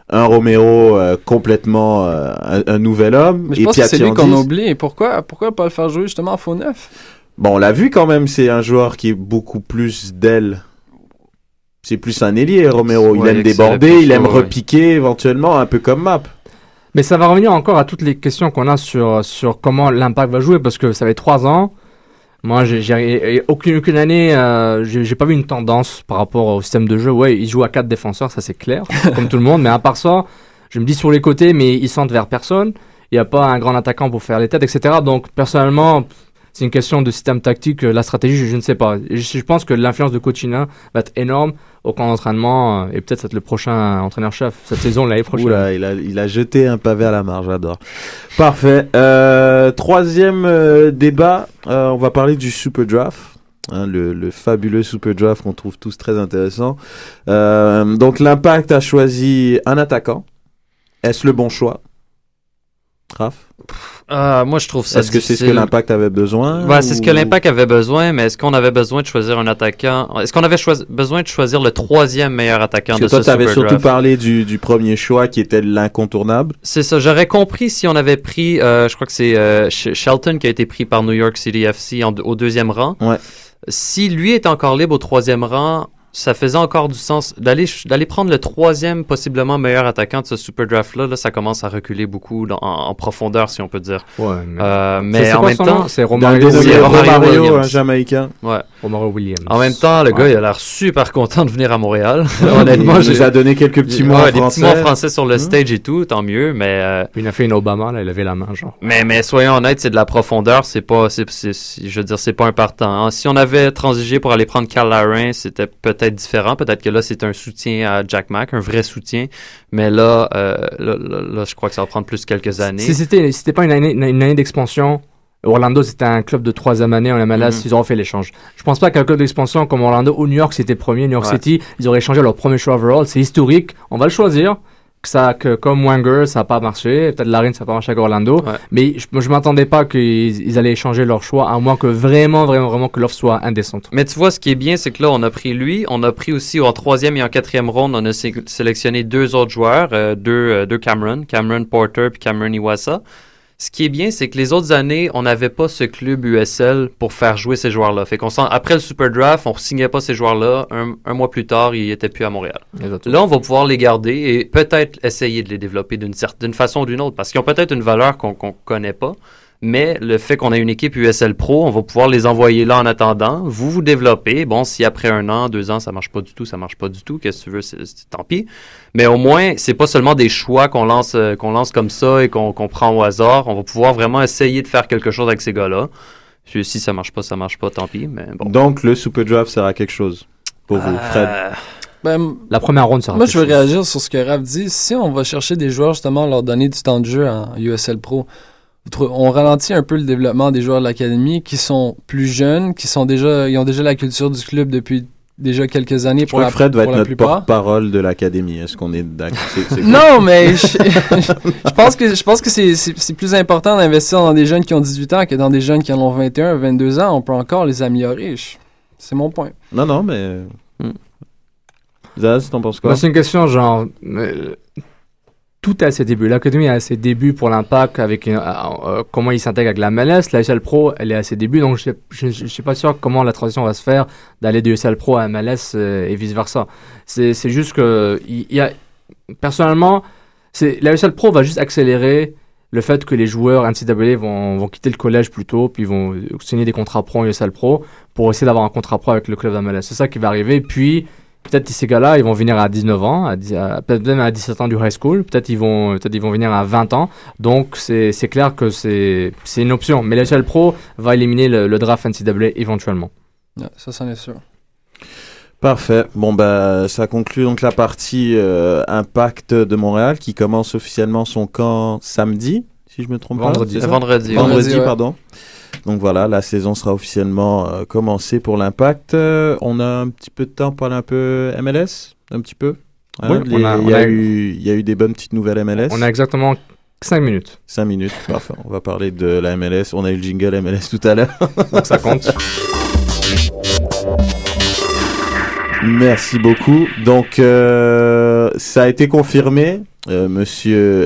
un Romero euh, complètement euh, un, un nouvel homme. Mais je et pense que c'est lui qu'on Piatti-Andis. oublie. Pourquoi, pourquoi pas le faire jouer justement en faux neuf? Bon, on l'a vu quand même, c'est un joueur qui est beaucoup plus d'aile. C'est plus un ailier, Romero. Il Ouais, aime excellent, déborder, plus il aime chaud, ouais. repiquer éventuellement, un peu comme Map. Mais ça va revenir encore à toutes les questions qu'on a sur, sur comment l'Impact va jouer, parce que ça fait trois ans. Moi, j'ai, j'ai aucune, aucune année, euh, j'ai, j'ai pas vu une tendance par rapport au système de jeu. Ouais, ils jouent à quatre défenseurs, ça c'est clair, comme tout le monde. Mais à part ça, je me dis sur les côtés, mais ils sentent vers personne. Il n'y a pas un grand attaquant pour faire les têtes, et cetera. Donc, personnellement, c'est une question de système tactique. La stratégie, je, je ne sais pas. Je, je pense que l'influence de Coachina va être énorme au camp d'entraînement. euh, Et peut-être être le prochain entraîneur-chef cette saison, l'année prochaine. Oula, il a, il a jeté un pavé à la mare, j'adore. Parfait. Euh, troisième euh, débat, euh, on va parler du Super Draft. Hein, le, le fabuleux Super Draft qu'on trouve tous très intéressant. Euh, donc, l'Impact a choisi un attaquant. Est-ce le bon choix? Raph? Ah, moi, je trouve ça Est-ce que c'est ce que difficile. l'Impact avait besoin? Ouais, c'est ce que ou- l'Impact avait besoin, mais est-ce qu'on avait besoin de choisir un attaquant? Est-ce qu'on avait choisi- besoin de choisir le troisième meilleur attaquant Parce de que toi, ce tu avais Super surtout Draft? parlé du, du premier choix qui était l'incontournable. C'est ça. J'aurais compris si on avait pris, euh, je crois que c'est euh, Sh- Shelton qui a été pris par New York City F C en- au deuxième rang. Ouais. Si lui est encore libre au troisième rang, ça faisait encore du sens d'aller d'aller prendre le troisième possiblement meilleur attaquant de ce Super Draft là. Là, ça commence à reculer beaucoup dans- en, en profondeur, si on peut dire. Ouais, mais, Euh, C'est- mais c'est en quoi même son temps, nom? C'est Dans le Romario, déroulé, c'est Williams. Romario Romario, Williams. un Jamaïcain. ouais. Romario Williams. En même temps, le gars, Ouais. il a l'air super content de venir à Montréal. Honnêtement, il j'ai nous a donné quelques petits mots ouais, en des petits français. mots en français sur le Hmm. stage et tout, tant mieux. Mais euh, Puis il a fait une Obama, là, il avait la main, genre. Mais, mais soyons honnêtes, c'est de la profondeur, c'est pas, c'est, c'est, c'est- je veux dire, c'est pas un partant. hein. Si on avait transigé pour aller prendre Carl Larin, c'était peut-être différent. Peut-être que là, c'est un soutien à Jack Mack, un vrai soutien. Mais là, euh, là, là, là, je crois que ça va prendre plus quelques années. Si c'était, si c'était pas une année, une une année d'expansion, Orlando c'était un club de troisième année en M L S, Mhm. ils auraient fait l'échange. Je pense pas qu'un club d'expansion comme Orlando ou New York c'était premier, New York Ouais. City, ils auraient échangé leur premier choix overall. C'est historique, on va le choisir. Que ça, que comme Wenger, ça n'a pas marché, peut-être Larin, ça n'a pas marché avec Orlando. Ouais. Mais je, je m'attendais pas qu'ils ils allaient échanger leur choix, à moins que vraiment, vraiment, vraiment que l'offre soit indécente. Mais tu vois, ce qui est bien, c'est que là, on a pris lui. On a pris aussi en troisième et en quatrième ronde, on a sé- sélectionné deux autres joueurs, euh, deux, euh, deux Cameron, Cameron Porter puis Cameron Iwasa. Ce qui est bien, c'est que les autres années, on n'avait pas ce club U S L pour faire jouer ces joueurs-là. Fait qu'on s'en- après le Super Draft, on ne signait pas ces joueurs-là. Un, un mois plus tard, ils n'étaient plus à Montréal. Là, on va pouvoir les garder et peut-être essayer de les développer d'une certaine façon ou d'une autre, parce qu'ils ont peut-être une valeur qu'on qu'on connaît pas. Mais le fait qu'on ait une équipe U S L Pro, on va pouvoir les envoyer là en attendant. Vous vous développez. Bon, si après un an, deux ans, ça marche pas du tout, ça marche pas du tout. Qu'est-ce que tu veux, c'est, c'est- tant pis. Mais au moins, c'est pas seulement des choix qu'on lance, euh, qu'on lance comme ça et qu'on, qu'on prend au hasard. On va pouvoir vraiment essayer de faire quelque chose avec ces gars-là. Puis si ça marche pas, ça marche pas, tant pis. Mais bon. Donc, le Super Draft sera quelque chose pour vous, Fred. Euh, Ben, La première ronde sera moi, quelque je veux chose. réagir sur ce que Raph dit. Si on va chercher des joueurs, justement, leur donner du temps de jeu en U S L Pro, vous trouvez- on ralentit un peu le développement des joueurs de l'académie qui sont plus jeunes, qui sont déjà, ils ont déjà la culture du club depuis déjà quelques années Je pour crois la, que Fred va pour être la notre plupart. porte-parole de l'académie. Est-ce qu'on est d'accord? C'est- c'est- Non, mais je, je pense que je pense que c'est, c'est, c'est plus important d'investir dans des jeunes qui ont dix-huit ans que dans des jeunes qui en ont vingt et un, vingt-deux ans. On peut encore les améliorer. Je- c'est mon point. Non, non, mais... Hmm. Zaz, t'en penses quoi? Moi, c'est une question genre. euh, tout est à ses débuts. L'académie est à ses débuts pour l'impact, avec euh, euh, comment il s'intègre avec la M L S. La U S L Pro, elle est à ses débuts, donc je ne suis pas sûr comment la transition va se faire d'aller de U S L Pro à M L S euh, et vice-versa. C'est c'est juste que, il y, y a, personnellement, c'est, la U S L Pro va juste accélérer le fait que les joueurs N C A A vont, vont quitter le collège plus tôt, puis vont signer des contrats pro en U S L Pro pour essayer d'avoir un contrat pro avec le club d'M L S. C'est ça qui va arriver. Puis, peut-être que ces gars-là, ils vont venir à dix-neuf ans, à dix, à, peut-être même à dix-sept ans du high school. Peut-être ils vont, peut-être ils vont venir à vingt ans. Donc, c'est, c'est clair que c'est, c'est une option. Mais la U S L Pro va éliminer le, le draft N C A A éventuellement. Ouais, ça, c'en est sûr. Parfait. Bon, bah, ça conclut donc la partie euh, Impact de Montréal qui commence officiellement son camp samedi, si je me trompe Vendredi. pas. c'est ça? Vendredi. Vendredi, Vendredi, ouais. pardon. Donc voilà, la saison sera officiellement euh, commencée pour l'Impact. Euh, on a un petit peu de temps pour parler un peu M L S, un petit peu. Hein, Oui, les- on a- il on y a a- eu, il y a eu des bonnes petites nouvelles M L S. On a exactement cinq minutes. cinq minutes. Parfait. On va parler de la M L S. On a eu le jingle M L S tout à l'heure. Donc, ça compte. Merci beaucoup. Donc, euh, ça a été confirmé, euh, monsieur,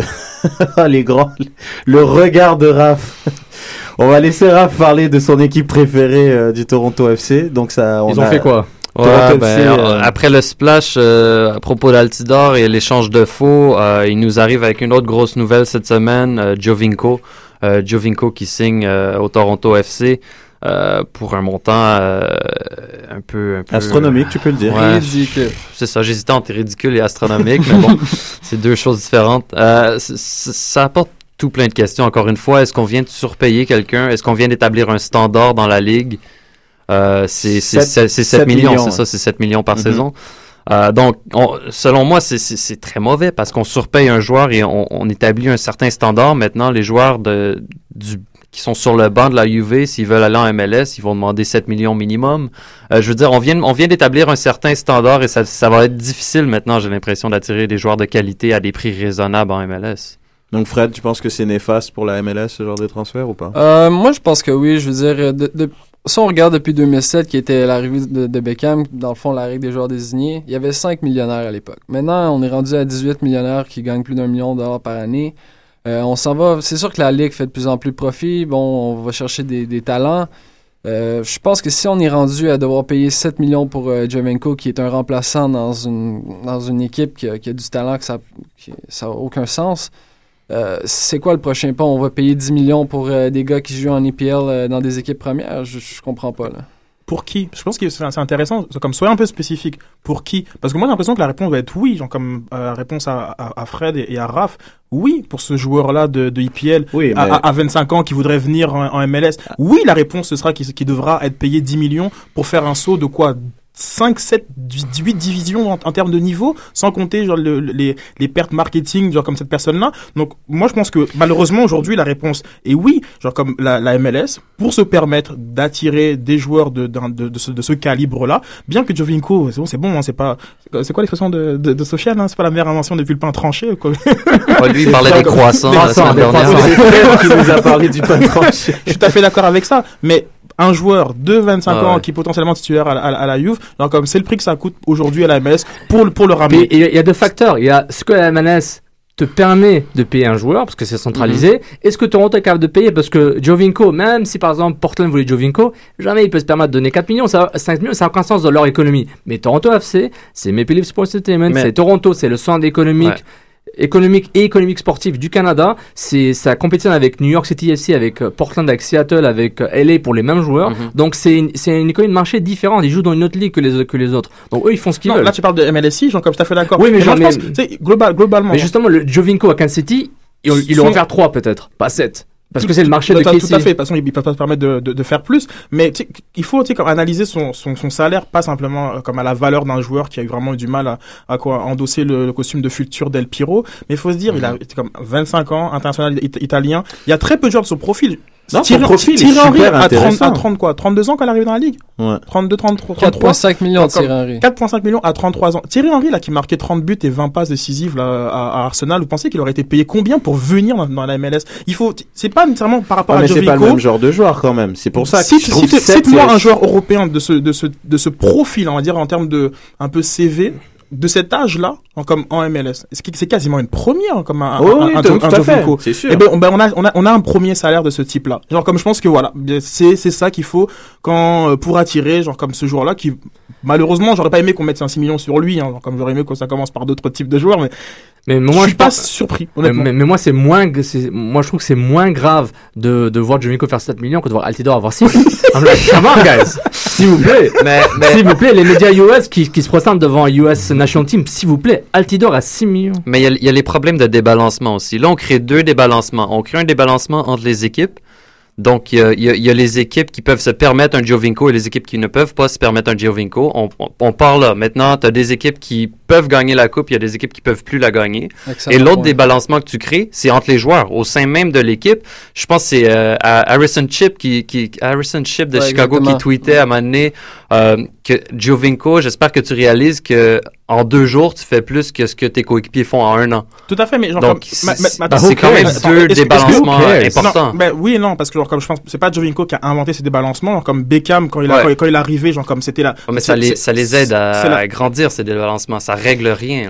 les grands, le regard de Raph. On va laisser Raph parler de son équipe préférée euh, du Toronto F C. Donc ça, on Ils ont a... fait quoi? Ouais, Toronto ben, F C, euh... après le splash euh, à propos d'Altidor et l'échange de faux, euh, il nous arrive avec une autre grosse nouvelle cette semaine, euh, Giovinco, euh, Giovinco qui signe euh, au Toronto F C euh, pour un montant euh, un peu, un peu astronomique, tu peux le dire. Ouais, Ridicule. c'est ça, j'hésitais entre ridicule et astronomique, mais bon, c'est deux choses différentes. Euh, c- c- ça apporte tout plein de questions. Encore une fois, est-ce qu'on vient de surpayer quelqu'un? Est-ce qu'on vient d'établir un standard dans la ligue? Euh, c'est, c'est, sept, c'est, c'est sept, sept millions, millions, c'est ouais. ça, c'est sept millions par Mm-hmm. saison. Euh, donc, on, selon moi, c'est, c'est, c'est très mauvais parce qu'on surpaye un joueur et on, on établit un certain standard. Maintenant, les joueurs de, du, qui sont sur le banc de la U V, s'ils veulent aller en M L S, ils vont demander sept millions minimum. Euh, je veux dire, on vient, on vient d'établir un certain standard et ça, ça va être difficile maintenant, j'ai l'impression, d'attirer des joueurs de qualité à des prix raisonnables en M L S. Donc Fred, tu penses que c'est néfaste pour la M L S ce genre de transfert ou pas? Euh, moi, je pense que oui. Je veux dire, de, de, si on regarde depuis deux mille sept, qui était l'arrivée de, de Beckham, dans le fond, la règle des joueurs désignés, il y avait cinq millionnaires à l'époque. Maintenant, on est rendu à dix-huit millionnaires qui gagnent plus d'un million de dollars par année. Euh, on s'en va. C'est sûr que la Ligue fait de plus en plus de profit. Bon, on va chercher des, des talents. Euh, je pense que si on est rendu à devoir payer sept millions pour euh, Giovinco, qui est un remplaçant dans une, dans une équipe qui a, qui a du talent, que ça n'a aucun sens. Euh, c'est quoi le prochain pas? On va payer dix millions pour euh, des gars qui jouent en E P L euh, dans des équipes premières? Je, je comprends pas, là. Pour qui? Je pense que c'est c'est intéressant, c'est comme soyez un peu spécifique. Pour qui? Parce que moi j'ai l'impression que la réponse va être oui, genre comme euh, la réponse à, à, à Fred et, et à Raph. Oui, pour ce joueur-là de, de E P L Oui, mais... à, à vingt-cinq ans qui voudrait venir en, en M L S. Oui, la réponse ce sera qu'il qu'il devra être payé dix millions pour faire un saut de quoi? cinq, sept, huit divisions en, en termes de niveau, sans compter genre le, le, les, les pertes marketing genre comme cette personne-là. Donc moi je pense que malheureusement aujourd'hui la réponse est oui, genre comme la, la M L S, pour se permettre d'attirer des joueurs de, de, de, de, ce, de ce calibre-là, bien que Giovinco, c'est bon, c'est bon, hein, c'est pas, c'est quoi l'expression de, de, de Sofiane, hein, c'est pas la meilleure invention depuis le pain tranché, quoi. Ouais, lui, il parlait des croissants la semaine dernière. C'est Fred qui nous a parlé du pain tranché. Je suis tout à fait d'accord avec ça, mais un joueur de vingt-cinq ah, ans ouais. qui est potentiellement titulaire à la, à la, à la Juve, donc comme c'est le prix que ça coûte aujourd'hui à la M L S pour, pour le ramener. Il y, y a deux facteurs. Il y a ce que la M L S te permet de payer un joueur parce que c'est centralisé. Mm-hmm. Est-ce que Toronto est capable de payer? Parce que Giovinco, même si par exemple Portland voulait Giovinco, jamais il peut se permettre de donner quatre millions, ça, cinq millions, ça n'a aucun sens dans leur économie. Mais Toronto F C, c'est Maple Leaf Sports Entertainment, Mais... c'est Toronto, c'est le centre économique. Ouais. économique et économique sportif du Canada, c'est ça compétitionne avec New York City F C, avec euh, Portland, avec Seattle, avec euh, L A pour les mêmes joueurs. Mm-hmm. Donc c'est une, c'est une économie de marché différente. Ils jouent dans une autre ligue que les que les autres. Donc eux ils font ce qu'ils non, veulent. Là tu parles de M L S I, genre comme je t'ai fait d'accord. Oui mais, mais genre, moi, je mais, pense, mais global, globalement. Mais justement le Giovinco à Kansas City, ils, ils sont... vont faire trois peut-être, pas sept. Parce que c'est le marché de K C. K C. Tout à fait. De toute façon, ils ne peuvent pas se permettre de, de, de faire plus. Mais il faut comme analyser son, son, son salaire, pas simplement comme à la valeur d'un joueur qui a eu vraiment eu du mal à, à quoi endosser le, le costume de futur Del Piero. Mais il faut se dire, mmh. il a été comme vingt-cinq ans, international it- italien. Il y a très peu de joueurs de son profil. Non, Thierry, son profil Thierry est Henry super à intéressant. trente, à trente quoi, trente-deux ans quand il est arrivé dans la ligue. Ouais. trente-deux, trente-trois, quatre virgule cinq millions de Thierry Henry. quatre virgule cinq millions à trente-trois ans. Thierry Henry, là, qui marquait trente buts et vingt passes décisives, là, à, à Arsenal, vous pensez qu'il aurait été payé combien pour venir dans, dans la M L S? Il faut, c'est pas nécessairement par rapport ah, à mais Giovinco. C'est pas le même genre de joueur quand même. C'est pour ça que si, je trouve si, sept, cite-moi c'est... un joueur européen de ce, de ce, de ce profil, on va dire, en termes de, un peu C V, de cet âge-là, en, comme en M L S. C'est, c'est quasiment une première, comme un, oh, un, oui, un, tout, un, tout un à fait. Giovinco. C'est sûr. Et ben, on, ben, on a, on a, on a un premier salaire de ce type-là. Genre, comme je pense que voilà, c'est, c'est ça qu'il faut quand, pour attirer, genre, comme ce joueur-là qui, malheureusement, j'aurais pas aimé qu'on mette cinq six millions sur lui, hein, comme j'aurais aimé que ça commence par d'autres types de joueurs, mais, mais moi, je suis je pas pas surpris, honnêtement. Mais, mais, mais moi, c'est moins, c'est, moi, je trouve que c'est moins grave de, de voir Giovinco faire sept millions que de voir Altidore avoir six. I'm like, come on, guys. S'il vous plaît. Mais, mais, s'il vous plaît, les médias U S qui, qui se présentent devant U S National Team, s'il vous plaît, Altidore à six millions. Mais il y, y a les problèmes de débalancement aussi. Là, on crée deux débalancements. On crée un débalancement entre les équipes. Donc, il y, y, y a les équipes qui peuvent se permettre un Giovinco et les équipes qui ne peuvent pas se permettre un Giovinco. On, on, on part là. Maintenant, tu as des équipes qui peuvent gagner la coupe, il y a des équipes qui peuvent plus la gagner. Excellent, et l'autre ouais. débalancement que tu crées, c'est entre les joueurs, au sein même de l'équipe. Je pense que c'est euh, Harrison Chip qui, qui Harrison Chip de ouais, Chicago exactement. qui tweetait à un moment donné euh, que Giovinco, j'espère que tu réalises que en deux jours, tu fais plus que ce que tes coéquipiers font en un an. Tout à fait, mais genre donc comme, c'est, ma, ma, ma, c'est quand même attends, deux est-ce, débalancements est-ce que, importants. Non, ben, oui et non, parce que genre comme je pense, c'est pas Giovinco qui a inventé ces débalancements, genre comme Beckham quand il a, ouais. quand, quand il est arrivé, genre comme c'était là. Oh, mais ça les, ça les aide à, à grandir ces débalancements, ça règle rien là.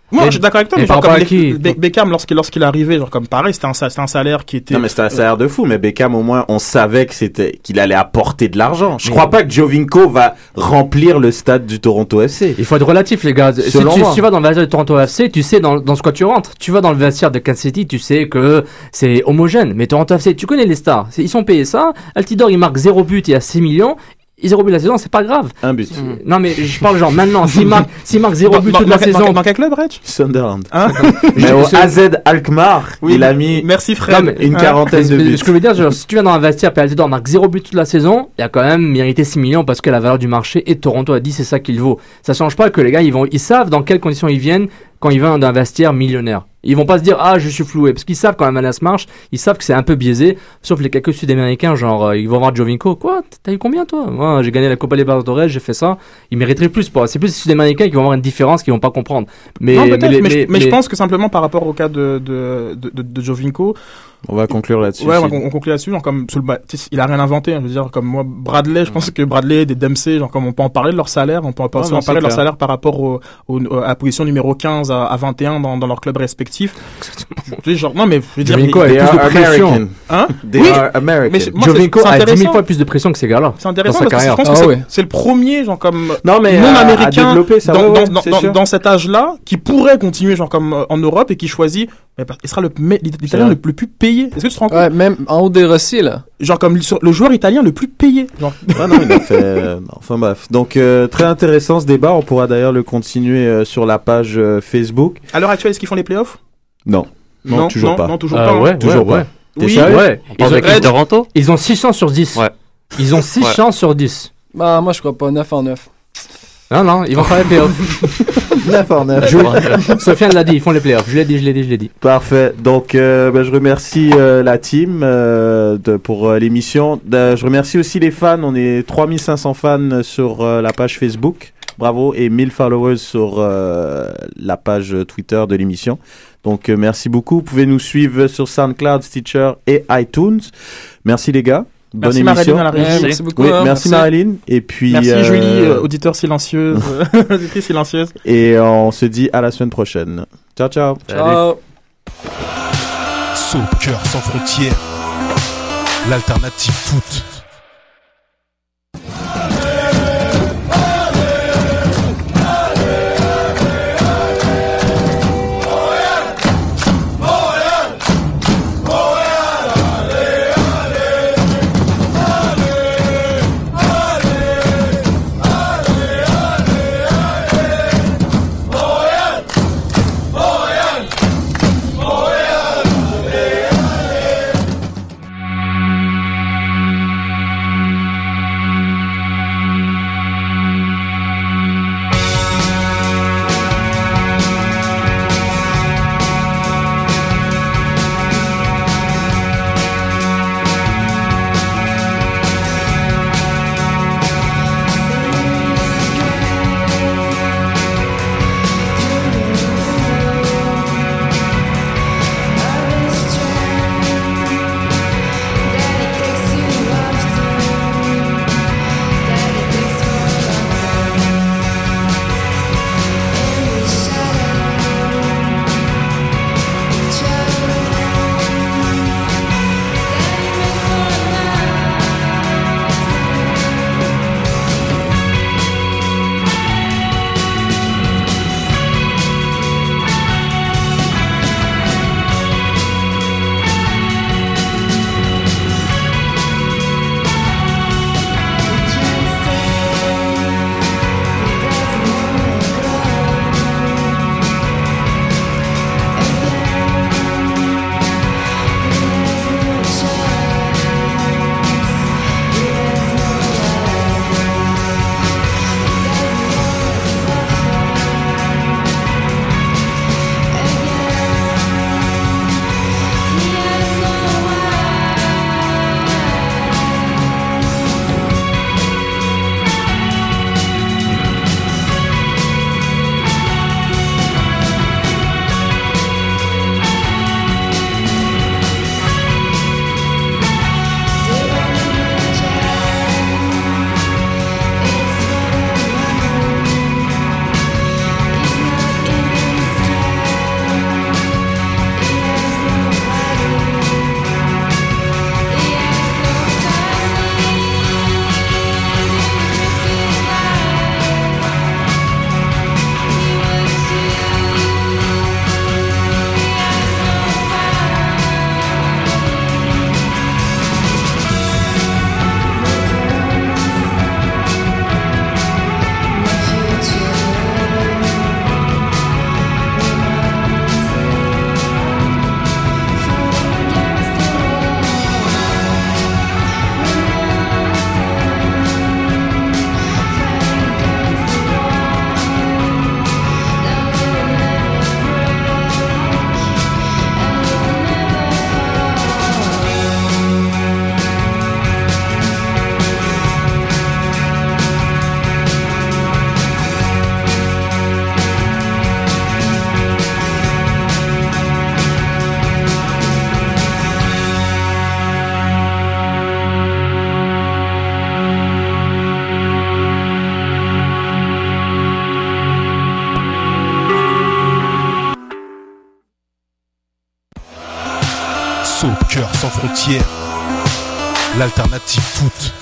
Moi, Mais- je suis d'accord avec toi, mais mais genre par comme rapport à les- qui Be- Beckham, lorsqu'il lorsqu'il arrivait, genre comme pareil, c'était un, sa- c'était un salaire qui était. Non, mais c'était un salaire de fou, mais Beckham, au moins, on savait que c'était, qu'il allait apporter de l'argent. Je Mais- crois pas que Jovinko va remplir le stade du Toronto F C. Il faut être relatif, les gars. Si tu, Selon moi. si tu vas dans le vestiaire de Toronto F C, tu sais dans, dans ce quoi tu rentres. Tu vas dans le vestiaire de Kansas City, tu sais que c'est homogène. Mais Toronto F C, tu connais les stars. C'est- Ils sont payés ça. Altidore, il marque zéro but, il y a six millions. zéro but la saison, c'est pas grave. Un but. Non, mais je parle genre maintenant. S'il marque, s'il marque zéro Dans- but dans- toute la dans- saison. Dans, dans quel club, Reg? Sunderland. Hein? Mais au Je- A Z Alkmaar, Oui, il a mis Merci, Fred. Non, mais- une Hein? quarantaine de Mais buts. ce que je veux dire, genre, si tu viens dans un vestiaire et Altidore marque zéro but toute la saison, il a quand même mérité six millions parce que la valeur du marché et Toronto a dit c'est ça qu'il vaut. Ça change pas que les gars, ils vont, ils savent dans quelles conditions ils viennent quand ils viennent d'un vestiaire millionnaire. Ils vont pas se dire ah je suis floué parce qu'ils savent quand la menace marche, ils savent que c'est un peu biaisé. Sauf les quelques Sud-Américains, genre euh, ils vont voir Jovinko. Quoi, t'as eu combien toi? Moi j'ai gagné la Copa Libertadores, j'ai fait ça. Ils mériteraient plus. Pas. C'est plus les Sud-Américains qui vont avoir une différence, qui vont pas comprendre. Mais non, peut-être, les- mais, je- mais- mais je mais- pense que simplement par rapport au cas de, de, de, de, de Jovinko, On va conclure là-dessus. ouais, on, Sid. on conclut là-dessus, genre comme, sous le ba- tu sais, il a rien inventé, hein, je veux dire, comme moi, Bradley, je pense que Bradley, des Dempsey, genre comme on peut en parler de leur salaire, on peut en, aussi non, en c'est parler de leur clair. salaire par rapport au, au, à la position numéro quinze à, à vingt et un dans, dans leur club respectif. Tu sais, genre, non, mais je veux dire, Jovinko il- a They plus de are pression. American. hein? They Oui, are American. mais je- moi, c'est- Jovinko c'est a dix mille intéressant. fois plus de pression que ces gars-là. C'est intéressant Dans sa parce que je carrière. pense que Ah c'est ouais. c'est le premier, genre comme Non, mais non à- à américain développer ça, dans, ouais, dans, ouais, dans, c'est dans, sûr. dans cet âge-là qui pourrait continuer genre comme euh, en Europe et qui choisit mais parce- il sera le me- l'italien vrai. le plus, plus payé. Est-ce que tu te rends compte? Ouais, même en haut des Rossi, là. Genre comme sur- le joueur italien le plus payé. Genre Ouais, non, il a fait. euh, non, enfin bref. Donc euh, très intéressant ce débat. On pourra d'ailleurs le continuer euh, sur la page euh, Facebook. à l'heure actuelle est-ce qu'ils font les playoffs? Non, non, toujours non, pas. Non, toujours Euh, pas. hein. ouais, Toujours ouais, pas. ouais. T'es Oui. sérieux? Ouais. On Ils parle ont, de qui, Toronto? ils ont six chances sur dix. Ouais. Ils ont six Ouais. chances sur dix. Bah, moi, je crois pas. neuf en neuf. Non, non, ils vont faire les playoffs. neuf en neuf. Sofiane l'a dit, ils font les playoffs. Je l'ai dit, je l'ai dit, je l'ai dit. Parfait. Donc, euh, ben, je remercie euh, la team euh, de, pour euh, l'émission. Euh, je remercie aussi les fans. On est trois mille cinq cents fans sur euh, la page Facebook. Bravo. Et mille followers sur euh, la page Twitter de l'émission. Donc, euh, merci beaucoup. Vous pouvez nous suivre sur SoundCloud, Stitcher et iTunes. Merci les gars. Bonne Merci émission. Marilyn à la régie. Ouais, merci beaucoup. Oui, hein, merci, Marilyn. Et puis, Merci euh, Julie, euh, auditeur silencieuse, auditrice silencieuse. et on se dit à la semaine prochaine. Ciao, ciao. Ciao. Soccer sans frontières, l'alternative foot. Soul, cœur sans frontières, l'alternative foot.